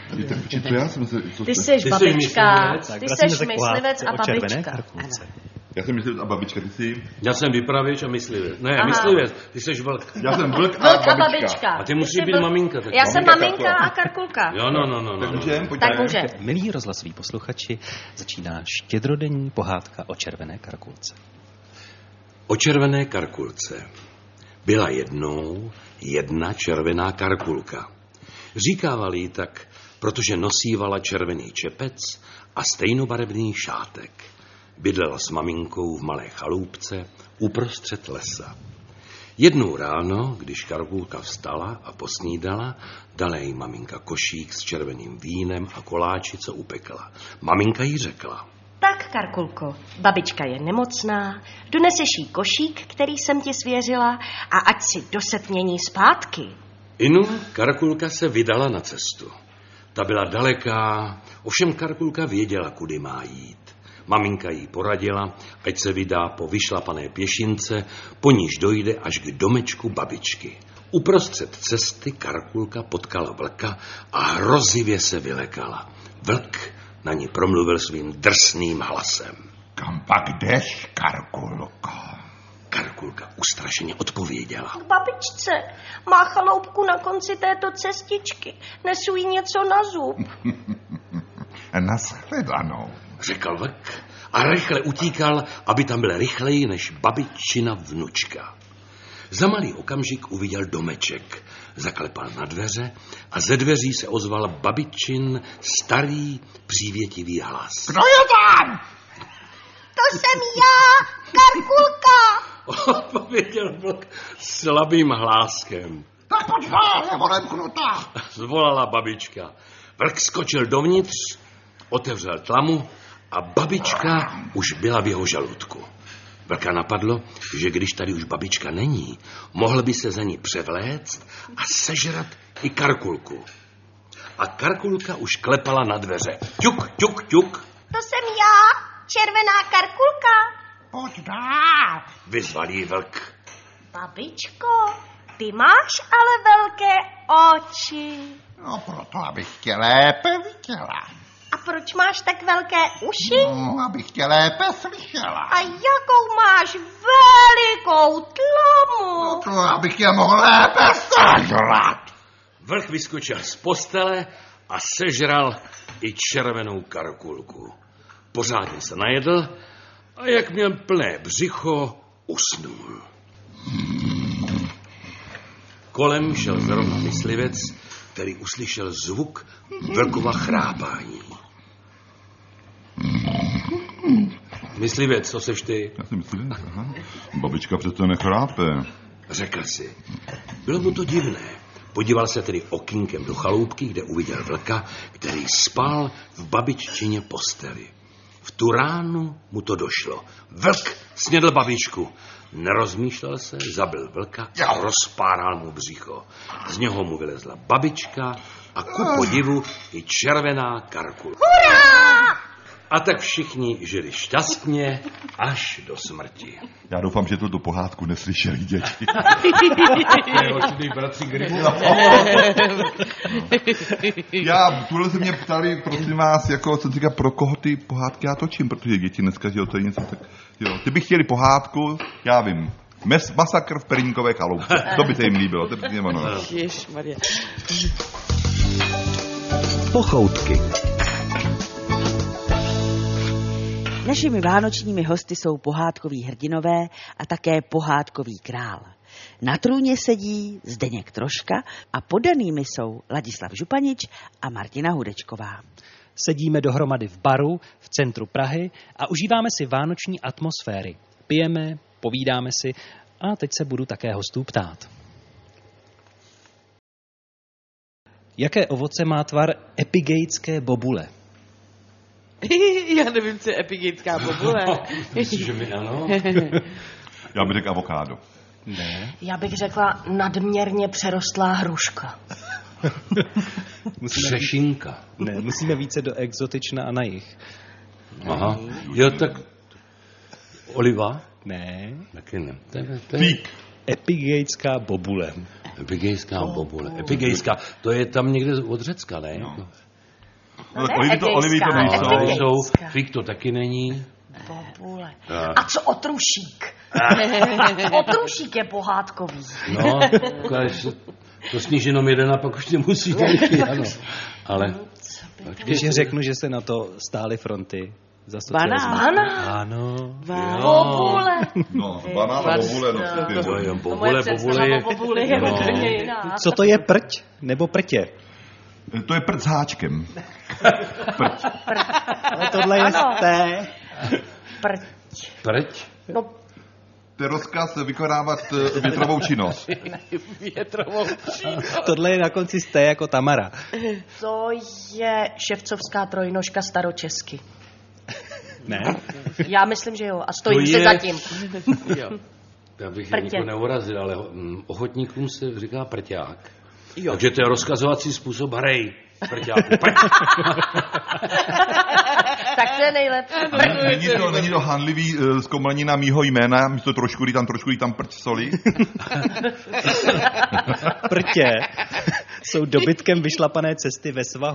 Ty jsi babička, ty jsi myslivec a babička. Já jsem myslivec a babička, ty jsi... Já jsem vypravěč a myslivec. Ne, Aha. myslivec, ty jsi vlk. Já jsem vlk a, vlk a babička. babička. A ty musíš být maminka. Tak. Já jsem maminka a Karkulka. Jo, no, no, no. no. Tak můžem, pojďte. Tak může. Milí rozhlasoví posluchači, začíná štědrodenní pohádka o červené Karkulce. O červené Karkulce. Byla jednou jedna červená Karkulka. Říkávali jí tak, protože nosívala červený čepec a stejnobarevný šátek. Bydlela s maminkou v malé chaloupce uprostřed lesa. Jednou ráno, když Karkulka vstala a posnídala, dala jí maminka košík s červeným vínem a koláči, co upekla. Maminka jí řekla: Tak, Karkulko, babička je nemocná, doneseš jí košík, který jsem ti svěřila, a ať si do setmění zpátky. Inu Karkulka se vydala na cestu. Ta byla daleká, ovšem Karkulka věděla, kudy má jít. Maminka jí poradila, ať se vydá po vyšlapané pěšince, po níž dojde až k domečku babičky. Uprostřed cesty Karkulka potkala vlka a hrozivě se vylekala. Vlk na ní promluvil svým drsným hlasem. Kam pak jdeš, Karkulko? Karkulka ustrašeně odpověděla. K babičce. Má chaloupku na konci této cestičky. Nesu jí něco na zub. Nashledanou, řekl vlk a rychle utíkal, aby tam byl rychleji než babičina vnučka. Za malý okamžik uviděl domeček, zaklepal na dveře a ze dveří se ozval babičin starý přívětivý hlas. Kdo je tam? To jsem já, Karkulka. Odpověděl vlk slabým hláskem. Tak pojď dál, odemknutá. Zvolala babička. Vlk skočil dovnitř, otevřel tlamu a babička už byla v jeho žaludku. Vlka napadlo, že když tady už babička není, mohl by se za ní převléct a sežrat i Karkulku. A Karkulka už klepala na dveře. Ťuk, ťuk, ťuk. To jsem já, červená Karkulka. Pojď dál, vyzval jí vlk. Babičko, ty máš ale velké oči. No proto, abych tě lépe viděla. A proč máš tak velké uši? No, abych tě lépe slyšela. A jakou máš velikou tlamu? No to, abych tě mohl lépe sežrat. Vlk vyskočil z postele a sežral i červenou Karkulku. Pořádně se najedl a jak měl plné břicho, usnul. Kolem šel zrovna myslivec, který uslyšel zvuk vlkova chrápání. Myslivec, co seš ty? Já si myslím, aha. Babička přece nechrápe. Řekl si. Bylo mu to divné. Podíval se tedy okýnkem do chaloupky, kde uviděl vlka, který spal v babiččině posteli. V tu ránu mu to došlo. Vlk snědl babičku. Nerozmýšlel se, zabil vlka a rozpáral mu břicho. Z něho mu vylezla babička a ku podivu i červená Karkulka. Hurá! A tak všichni žili šťastně až do smrti. Já doufám, že tuto pohádku neslyšeli děti. Já, tuhle se mě ptali, prosím vás, jako jsem říkal, pro koho ty pohádky já točím, protože děti dneska, že to je něco tak... Jo. Ty by chtěli pohádku, já vím, Mes, masakr v Perníkové chaloupce. To by se jim líbilo. To by ono. Ježmarja. Pochoutky. Našimi vánočními hosty jsou pohádkoví hrdinové a také pohádkový král. Na trůně sedí Zdeněk Troška a podanými jsou Ladislav Županič a Martina Hudečková. Sedíme dohromady v baru v centru Prahy a užíváme si vánoční atmosféry. Pijeme, povídáme si a teď se budu také hostů ptát. Jaké ovoce má tvar epigejské bobule? Já nevím, co je epigejská bobule. Myslím, že mi ano. Já bych řekl avokádo. Ne. Já bych řekla nadměrně přerostlá hruška. Třešinka. Ne, musíme více do exotična a na jich. Aha. Jo, tak oliva? Ne. Taky ne. To je, to je... Pík. Epigejská bobule. Epigejská bobule. Epigejská, to je tam někde od Řecka, ne? No. No Tak olivy to, olivy to nejsou. No, jsou. Fík to taky není. Bobule. Tak. A co otrušík? Otrušík je pohádkový. No, ukáž, to sníš jenom jeden a pak už nemusíš další, ano. Ale... Když řeknu, že se na to stály fronty za socialismu. Banán. Ano. Bobule. No, banán a bobule. No, Jo, jo, To moje bobule, představa bobule je... o bobule je No. hodně jiná. Co to je prť nebo prtě? To je prd s háčkem. Ale tohle je Ano. té. Prť. Prť? No, To je rozkaz vykonávat eh, větrovou činnost. větrovou. Tohle je na konci z té jako Tamara. To je ševcovská trojnožka staročesky. Ne? Já myslím, že jo. A stojím To se je- za tím. Já bych Prtě. nikoho neurazil, ale hm, ochotníkům se říká prťák. Jo. Takže to je rozkazovací způsob hrej. Prťáku. Prť. Tak to je nejlepší. Není to, není to handlivý uh, zkomlenina mýho jména, místo trošku, dý tam trošku, dý tam prč soli. Prtě jsou dobytkem vyšlapané cesty ve svahu.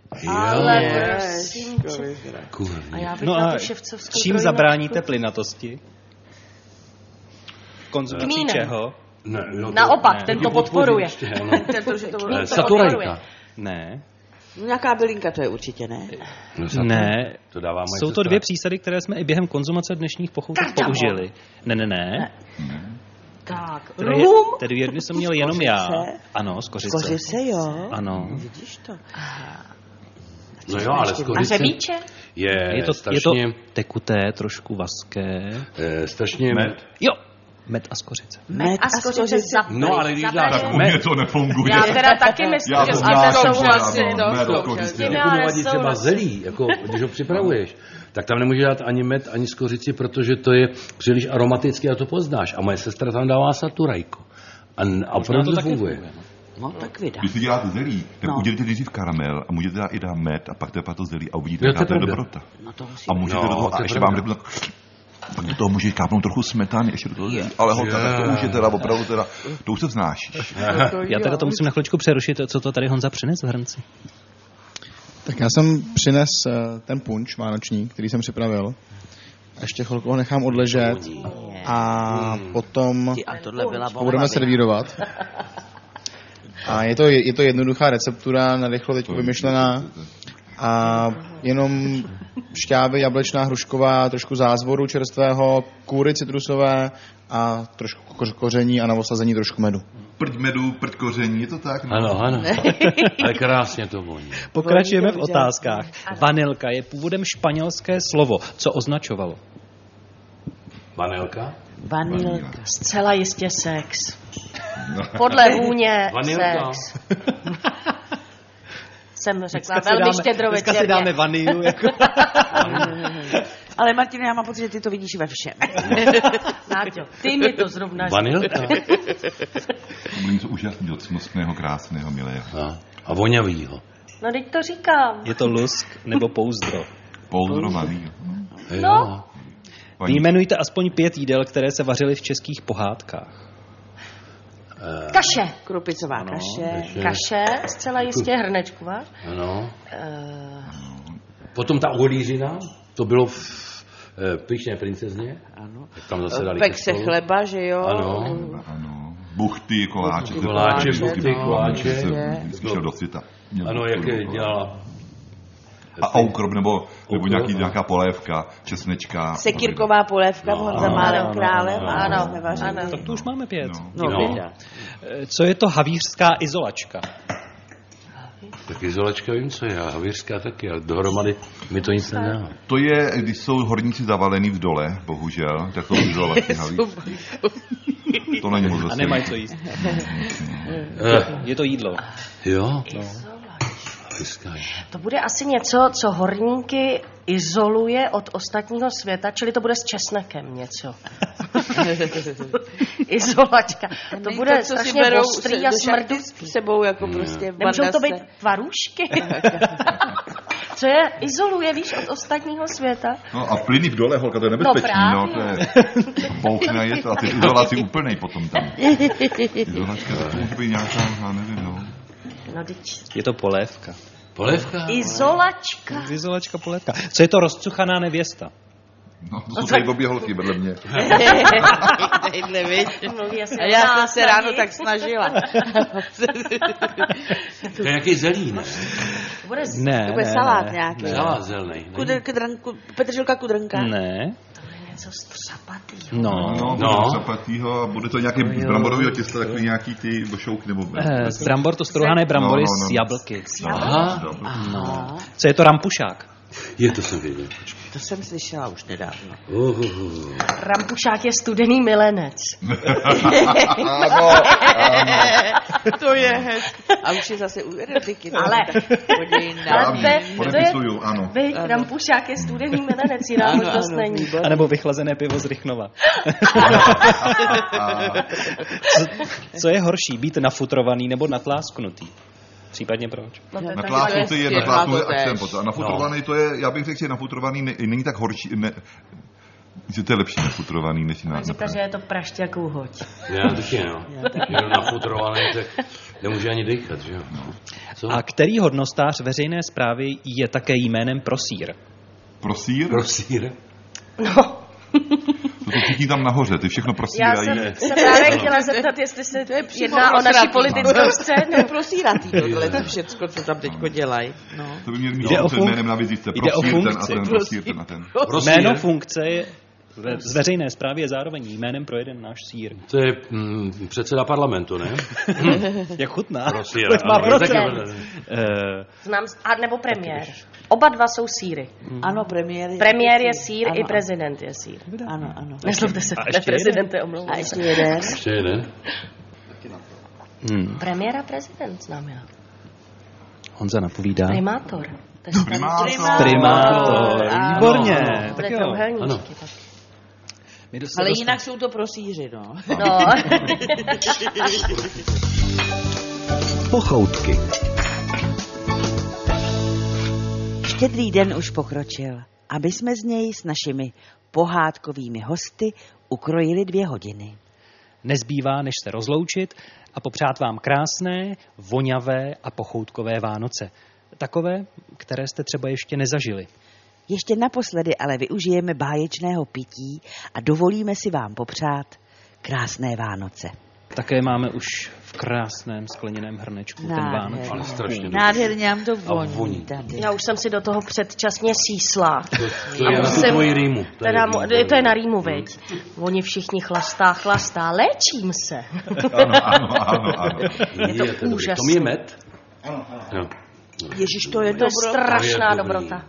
Ale Jo. prosím tě. A já bych No na a tu ševcovskou čím trojnásobku- zabráníte plynatosti? Konzumací Kmínem. čeho? Ne, no to- Naopak, ne. ten to Podpoří podporuje. ještě, ano. To, že to Kmín Eh, to Saturajka. podporuje. Ne. Nějaká bylinka to je určitě, ne? No, Saturn. Ne. To dává moje Jsou to sestra. dvě přísady, které jsme i během konzumace dnešních pochoutek Kardamon. použili. Ne, ne, ne. Tak, Tedy, rum. tedy jedny jsem měl jenom já. kořice? Ano, z kořice. Kořice, jo? Ano. Vidíš to? No jo, ale A skořice řebíče? je, Je to, je strašně, to tekuté, trošku vaské. eh, strašně... Med. Jo, med a skořice. Med A skořice zapraje. No, ale když dáš Tak u mě to nefunguje. Já teda taky myslím, Já že to s tím znáším, nesouhlasím. ano, med, no, kořice. s tím já Jako vadí třeba nesouhlasím. zelí, jako když ho připravuješ, tak tam nemůže dát ani med, ani skořici, protože to je příliš aromatické a to poznáš. A moje sestra tam dává saturajku. A, a opravdu to taky funguje. funguje, no. No, tak vydá. Když si děláte zelí, tak No. udělíte nejdřív karamel a můžete dát i dát med a pak teprve to zelí a uvidíte, Jo, jaká to to je je pravda. dobrota. No to musí A můžete No, do toho, to a je ještě pravda. vám řeknu, pak do toho může kápnout trochu smetany, ještě do toho zelí. Ale holka, tak to už je teda opravdu teda, to už se vznášíš. Já teda to musím na chviličku přerušit, co to tady Honza přines v hrnci. Tak já jsem přines eh, ten punč vánoční, který jsem připravil. A ještě chvilku ho nechám odležet a potom Ty, a tohle byla ho bomba. budeme servírovat. A je to, je to jednoduchá receptura, narychlo teď vymyšlená. A jenom šťávy, jablečná, hrušková, trošku zázvoru čerstvého, kůry citrusové a trošku ko- koření a na osazení trošku medu. Prť medu, prť koření, je to tak? No? Ano, ano. Ale krásně to voní. Pokračujeme v Dobře. otázkách. Vanilka je původem španělské slovo. Co označovalo? Vanilka? Vanilka. Zcela jistě sex. Podle vůně Vanilka. sex. Jsem řekla Dneska si velmi dáme- Dneska si štědrovečerně. dáme vanilu. Jako... Ale Martine, já mám pocit, že ty to vidíš ve všem. Náďo, ty mi to zrovna Vanilka? To bylo něco úžasného, cnostného, krásného, milého. A, a voňavýho. No, teď to říkám. Je to lusk nebo pouzdro? Pouzdrovaný. No. Paní, Vyjmenujte aspoň pět jídel, které se vařily v českých pohádkách. Kaše. Krupicová Ano, kaše. Kaše, zcela jistě hrnečku, váš? Ano. Uh, Potom ta uhlířina, to bylo v eh, Pyšné princezně. Ano. Jak tam zase dali Pek ke se stolu. chleba, že jo? Ano. ano. Buchty, koláče. to- Koláče, to- buchty, to- koláče. to jsem vždycky šel do světa. Měl Ano, buchtu, jak je no. dělala. A aukrop, nebo, nebo Aukrop, nějaký, no. nějaká polévka, česnečka. Sekírková polévka, No, Honza ano, Málem ano, králem. ano, Ano, ano, nevařený. ano. Tak to už máme pět. No. No, No. vida. Co je to havířská izolačka? Tak izolačka vím, co je, a havířská taky, ale dohromady mi to nic nedá. To je, když jsou horníci zavalený v dole, bohužel, tak to izolaci haví. To není moc A zase. nemají co jíst. Eh, Je to jídlo. jo? Havířská. to bude asi něco, co horníky izoluje od ostatního světa, čili to bude s česnekem něco. Izolačka. To Není bude co si strašně berou ostrý se- a do šachty smrdutý. s sebou jako prostě v Nemůžou to bandasce. být tvarůžky? Co je izoluje, víš, od ostatního světa? No a plyny v dole, holka, to je nebezpečný, no, No to je, bouchne je to, a ty izolaci úplnej potom tam. Izolačka, tak to může být nějaká, já nevím, no. No, teď. Je to polévka. Polévka? Izolačka. Izolačka, polévka. Co je to rozcuchaná nevěsta? No, to jsou tady obě holky vedle mě. Tadyhle, viď? Mluví asi A o já jsem nás se na ráno nich. tak snažila. To je nějaký zelí, ne? To bude z... Ne, To bude ne, salát ne. nějaký. Salát zelený. ne? Kudr, kudrn, kud, Petržilka Kudrnka. Ne. něco střapatý. No. No, No. no. Zapatýho a bude to nějaký z bramborového těsta, takový nějaký ty šouky nebo... Eh, z brambor to strouhané brambory No, no, no. s jablky. Aha, No. Co je to rampušák? je to jsem věděl. To jsem slyšela už nedávno. Uh, uh, uh. Rampušák je studený milenec. Ano, To je hezké. A už je zase u erotiky. no, Ale- tak podívej na Ale mě. to je, podepisuju, ano. Vy, Rampušák je studený milenec, jiná Ano, možnost ano, není. výborně. A nebo vychlazené pivo z Rychnova. co, co je horší, být nafutrovaný nebo natlásknutý? Případně proč? No, to je Natlásknutý je Má natlásknutý to akcent též. potom. A nafutrovaný to je, já bych řekl, že nafutrovaný ne, není tak horší, ne, že to je lepší nafutrovaný, než na, On říká, že je to prašť jak úhoď. Já taky, no. Jenom nafutrovaný, tak nemůže ani dýchat, že jo. Co? A který hodnostář veřejné správy je také jménem Prosír? Prosír? Prosír? No. To jsou všichni tam nahoře, ty všechno prosírají. Já jsem se právě chtěla zeptat, jestli se jedná o naši politickou scénu. Prosíratý tohle to všecko, co tam teďko dělají. No. To by měli mít Jde o před fun- jménem na vizitce. jde o Prosír ten a funkci. ten, prosír ten a ten. Jméno funkce je ve, z veřejné správy je zároveň jménem pro jeden náš sír. To je mm, předseda parlamentu, ne? Jak chutná. Prosír, Kolik má ano, procent? tak- Eh, Znám, a nebo premiér. Oba dva jsou síry. Ano, premiér je... Premiér je sír, Ano, i prezident je sír. Ano, ano. Nezlobte se, A pane ještě jeden? prezidente, A omlouvám ještě se. jeden. Ještě jeden. hmm. Premiér a prezident znám já. Honza napovídá. Primátor. To je ten- Primátor. Primátor, Ano. výborně. To Tak je jo. trouhelníčky. tak. My do- se Ale dostáváme- jinak jsou to prosíři, no. No. Pochoutky. Štědrý den už pokročil, aby jsme z něj s našimi pohádkovými hosty ukrojili dvě hodiny. Nezbývá, než se rozloučit a popřát vám krásné, voňavé a pochoutkové Vánoce. Takové, které jste třeba ještě nezažili. Ještě naposledy ale využijeme báječného pití a dovolíme si vám popřát krásné Vánoce. Také máme už v krásném skleněném hrnečku ten Nádherně. vánoční. Ale strašně dobrý. Nádherně nám to A voní. voní. Tady. Já už jsem si do toho předčasně sísla. To, to je A na tu musím- tvoji rýmu. To je Teda, rýmu. mo- to je na rýmu, veď. Oni všichni chlastá, chlastá. Léčím se. Ano, ano, ano, ano. Je to dobrý. úžasné. To mi je med? Ano, ano. Jo. Ježiš, to je To je dobro. strašná To je dobrý. Tak dobrota.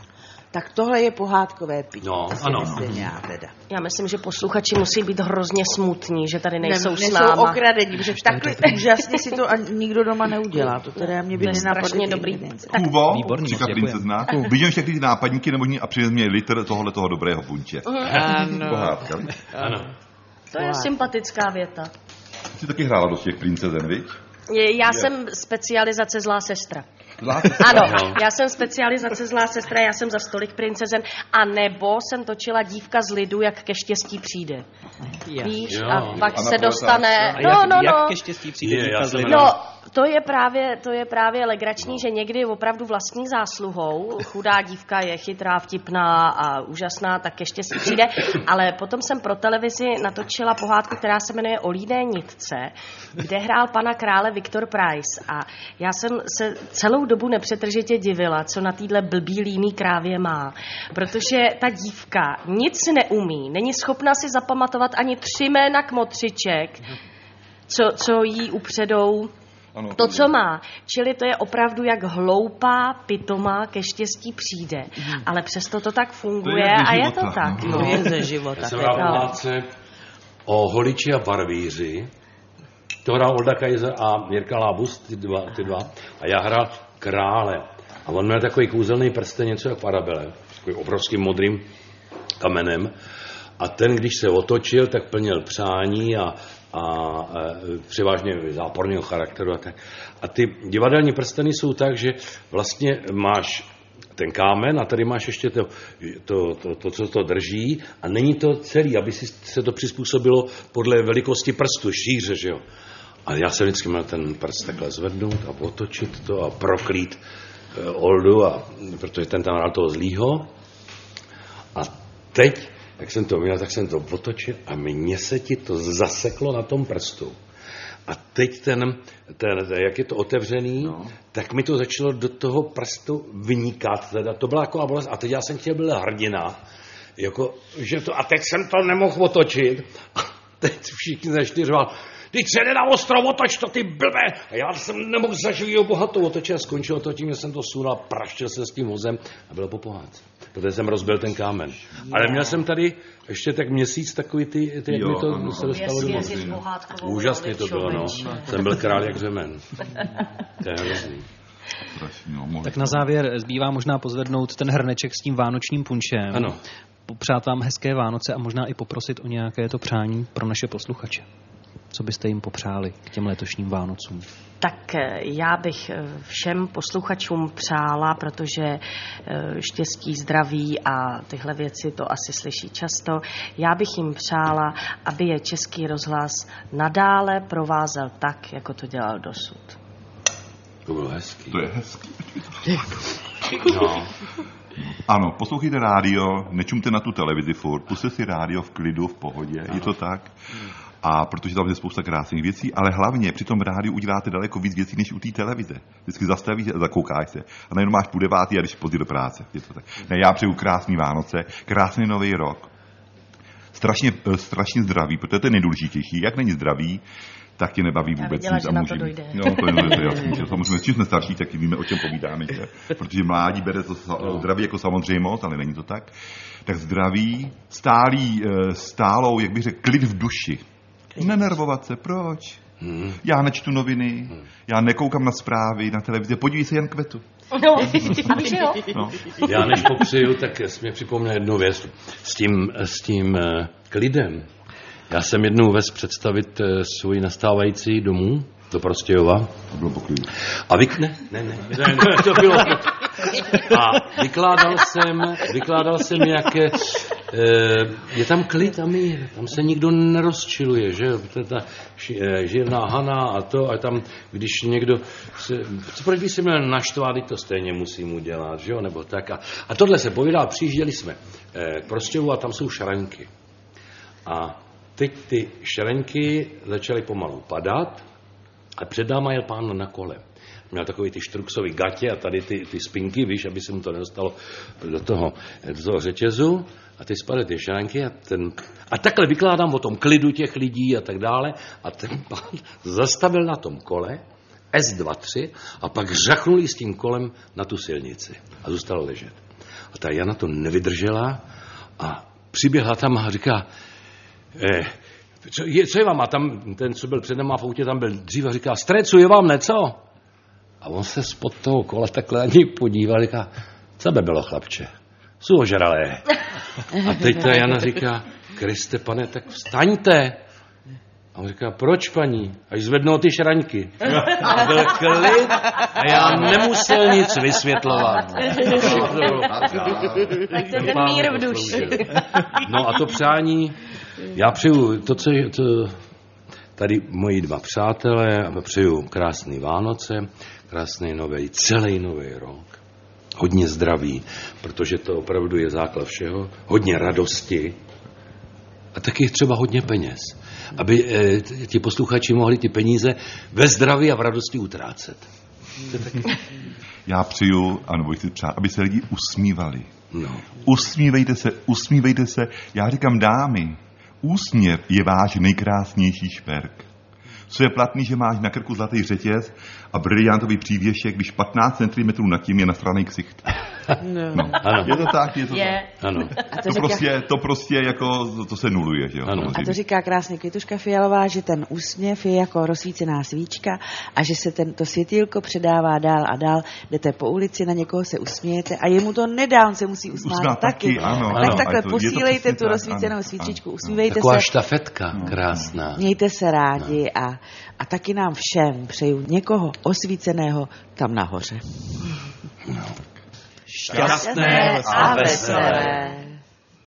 tohle je pohádkové pití. No, to si ano. myslím já teda. Já myslím, že posluchači musí být hrozně smutní, že tady nejsou Ne, s nejsou náma. okradení, protože takhle úžasně si to ani nikdo doma neudělá. To teda mě by To je nenapadlo. strašně ty dobrý. ingredience. Kubo, Výborný, říká moc děkujem. princezna. Vidím všechny ty nápadníky nemožný a přines mě litr tohohle toho dobrého punče. Ano. Pohádka. Ano. To je sympatická věta. Jsi taky hrála do těch princezen, viď? Je- Já jsem specializace zlá sestra. Zlá Ano, No. já jsem specializace zlá sestra, já jsem za stolik princezen, a nebo jsem točila Dívka z lidu, jak ke štěstí přijde. Víš, Jo. a pak A na se dostane... A No, jak, no, jak no. ke štěstí přijde Je, dívka já z jsem lidu? No, to je právě, to je právě legrační, že někdy opravdu vlastní zásluhou chudá dívka je chytrá, vtipná a úžasná, tak ještě si přijde. Ale potom jsem pro televizi natočila pohádku, která se jmenuje O líné nitce, kde hrál pana krále Viktor Price. A já jsem se celou dobu nepřetržitě divila, co na téhle blbý líný krávě má. Protože ta dívka nic neumí, není schopna si zapamatovat ani tři jména kmotřiček, co, co jí upředou Ano, to, co má. Čili to je opravdu jak hloupá, pitomá, ke štěstí přijde. Ale přesto to tak funguje To je ze a je života, to tak. no. To No. je ze života. Já jsem to je hrál pravda. pohádce o holiči a barvíři. To hrál Olda Kaiser a Jirka Lábus, ty dva, ty dva. A já hrál krále. A on měl takový kouzelný prsten, něco jak v Arabele, s takovým obrovským modrým kamenem. A ten, když se otočil, tak plnil přání a, a e, převážně záporného charakteru. A, tak. A ty divadelní prsteny jsou tak, že vlastně máš ten kámen a tady máš ještě to, to, to, to, co to drží, a není to celý, aby si se to přizpůsobilo podle velikosti prstu, šíře, že jo. A já jsem vždycky měl ten prst takhle zvednout a otočit to a proklít e, Oldu, a, protože ten tam hrál toho zlýho. A teď, jak jsem to měl, tak jsem to otočil a mně se ti to zaseklo na tom prstu. A teď ten, ten jak je to otevřený, no. tak mi to začalo do toho prstu vynikat. Teda to byla jako bolest. A teď já jsem chtěl byl hrdina. Jako, že to, a teď jsem to nemohl otočit. A teď všichni začali řvát: teď se nedá ostro, otoč to, ty blbé. A já jsem nemohl za živýho boha to otočit a skončilo to tím, že jsem to sunul, praštil se s tím vozem a bylo po pohádce. Protože jsem rozbil ten kámen. Ale měl jsem tady ještě tak měsíc takový ty, ty jak Jo, mi to ano, se ano. dostalo do Jezdí moci. s pohádkovou Úžasně to bylo, no. člověče. Jsem byl král jak řemen. To je hrozný. Strašný, no, mohli Tak na závěr zbývá možná pozvednout ten hrneček s tím vánočním punčem. Ano. Popřát vám hezké Vánoce a možná i poprosit o nějaké to přání pro naše posluchače. Co byste jim popřáli k těm letošním Vánocům? Tak já bych všem posluchačům přála, protože štěstí, zdraví a tyhle věci to asi slyší často, já bych jim přála, aby je Český rozhlas nadále provázel tak, jako to dělal dosud. To bylo hezký. To je hezký. No. Ano, poslouchejte rádio, nečumte na tu televizi furt, puste si rádio v klidu, v pohodě, ano. Je to tak? A protože tam je spousta krásných věcí, ale hlavně při tom rádiu uděláte daleko víc věcí, než u té televize. Vždycky zastavíš a zakoukáš se. A najednou máš půl devátý a jdeš pozdě do práce. Je to tak. Ne, já přeju krásný Vánoce, krásný nový rok. Strašně, strašně zdraví, protože to je nejdůležitější. Jak není zdraví, tak tě nebaví vůbec nic. A může být. No, to je, to je jasný, že samozřejmě, čím jsme starší, tak víme, o čem povídáme, že? Protože mládí bere to zdraví jako samozřejmost, ale není to tak. Tak zdraví, stálý, stálou, jak bych řekl, klid v duši. Nenervovat se, proč? Hmm. Já nečtu noviny, hmm. já nekoukám na zprávy, na televizi, podívej se jen Kvetu. No, víš jo. No. Já než popřeju, tak jsi mě připomněl jednu věc. S tím, s tím uh, klidem. Já jsem jednou vez představit uh, svůj nastávající domů do Prostějova. To bylo poklidu. A vyk... Ne, ne, ne, ne, ne to bylo... A vykládal jsem, vykládal jsem, jak je, je tam klid a mír, tam se nikdo nerozčiluje, že ta žírná Hana a to, a tam, když někdo se, proč by se měl naštvát, to stejně musím udělat, že jo, nebo tak. A, a tohle se povídá, přijížděli jsme k Prostějovu a tam jsou šarenky. A teď ty šarenky začaly pomalu padat a před náma jel pán na kole. Měl takový ty štruksový gatě a tady ty, ty spinky, víš, aby se mu to nedostalo do toho, do toho řetězu. A ty spadly ty šranky a ten... A takhle vykládám o tom klidu těch lidí a tak dále. A ten pán zastavil na tom kole S dvacet tři a pak řachnul s tím kolem na tu silnici. A zůstal ležet. A ta Jana to nevydržela a přiběhla tam a říká... Eh, co, je, co je vám? A tam ten, co byl před náma v autě, tam byl dřív a říká, strecu, je vám něco? A on se spod toho kola takhle na něj podíval a říká, co by bylo, chlapče? Jsou ožralé. A teď ta Jana říká, Kriste, pane, tak vstaňte. A on říká, proč, paní? Až zvednou ty šraňky. A byl klid a já nemusel nic vysvětlovat. Tak to je ten mír v duši. No a to přání, já přeju to, co je... To, tady moji dva přátelé a přeju krásný Vánoce, krásný nový, celý nový rok. Hodně zdraví, protože to opravdu je základ všeho. Hodně radosti a taky třeba hodně peněz. Aby eh, ti posluchači mohli ty peníze ve zdraví a v radosti utrácet. Já přeju, ano, chci přát, aby se lidi usmívali. No. Usmívejte se, usmívejte se. Já říkám, dámy, úsměv je váš nejkrásnější šperk. Co je platný, že máš na krku zlatý řetěz a briliantový přívěšek, když patnáct centimetrů nad tím je nasranej ksicht. No. No. Ano. Je to tak, je to je. tak. Ano. A to, To, říká, prostě, to prostě jako, to se nuluje, že jo? Ano. a to říká krásně Květuška Fialová, že ten úsměv je jako rozsvícená svíčka a že se tento světýlko předává dál a dál. Jdete po ulici, na někoho se usmějete a jemu to nedá, on se musí usmát, Usmát taky. taky, ano, tak ano. takhle To, je to posílejte tu tak, rozsvícenou ano, svíčičku, ano. usmívejte Taková se. štafetka krásná. Mějte se rádi a, a taky nám všem přeju někoho osvíceného tam nahoře. No. Šťastné a veselé.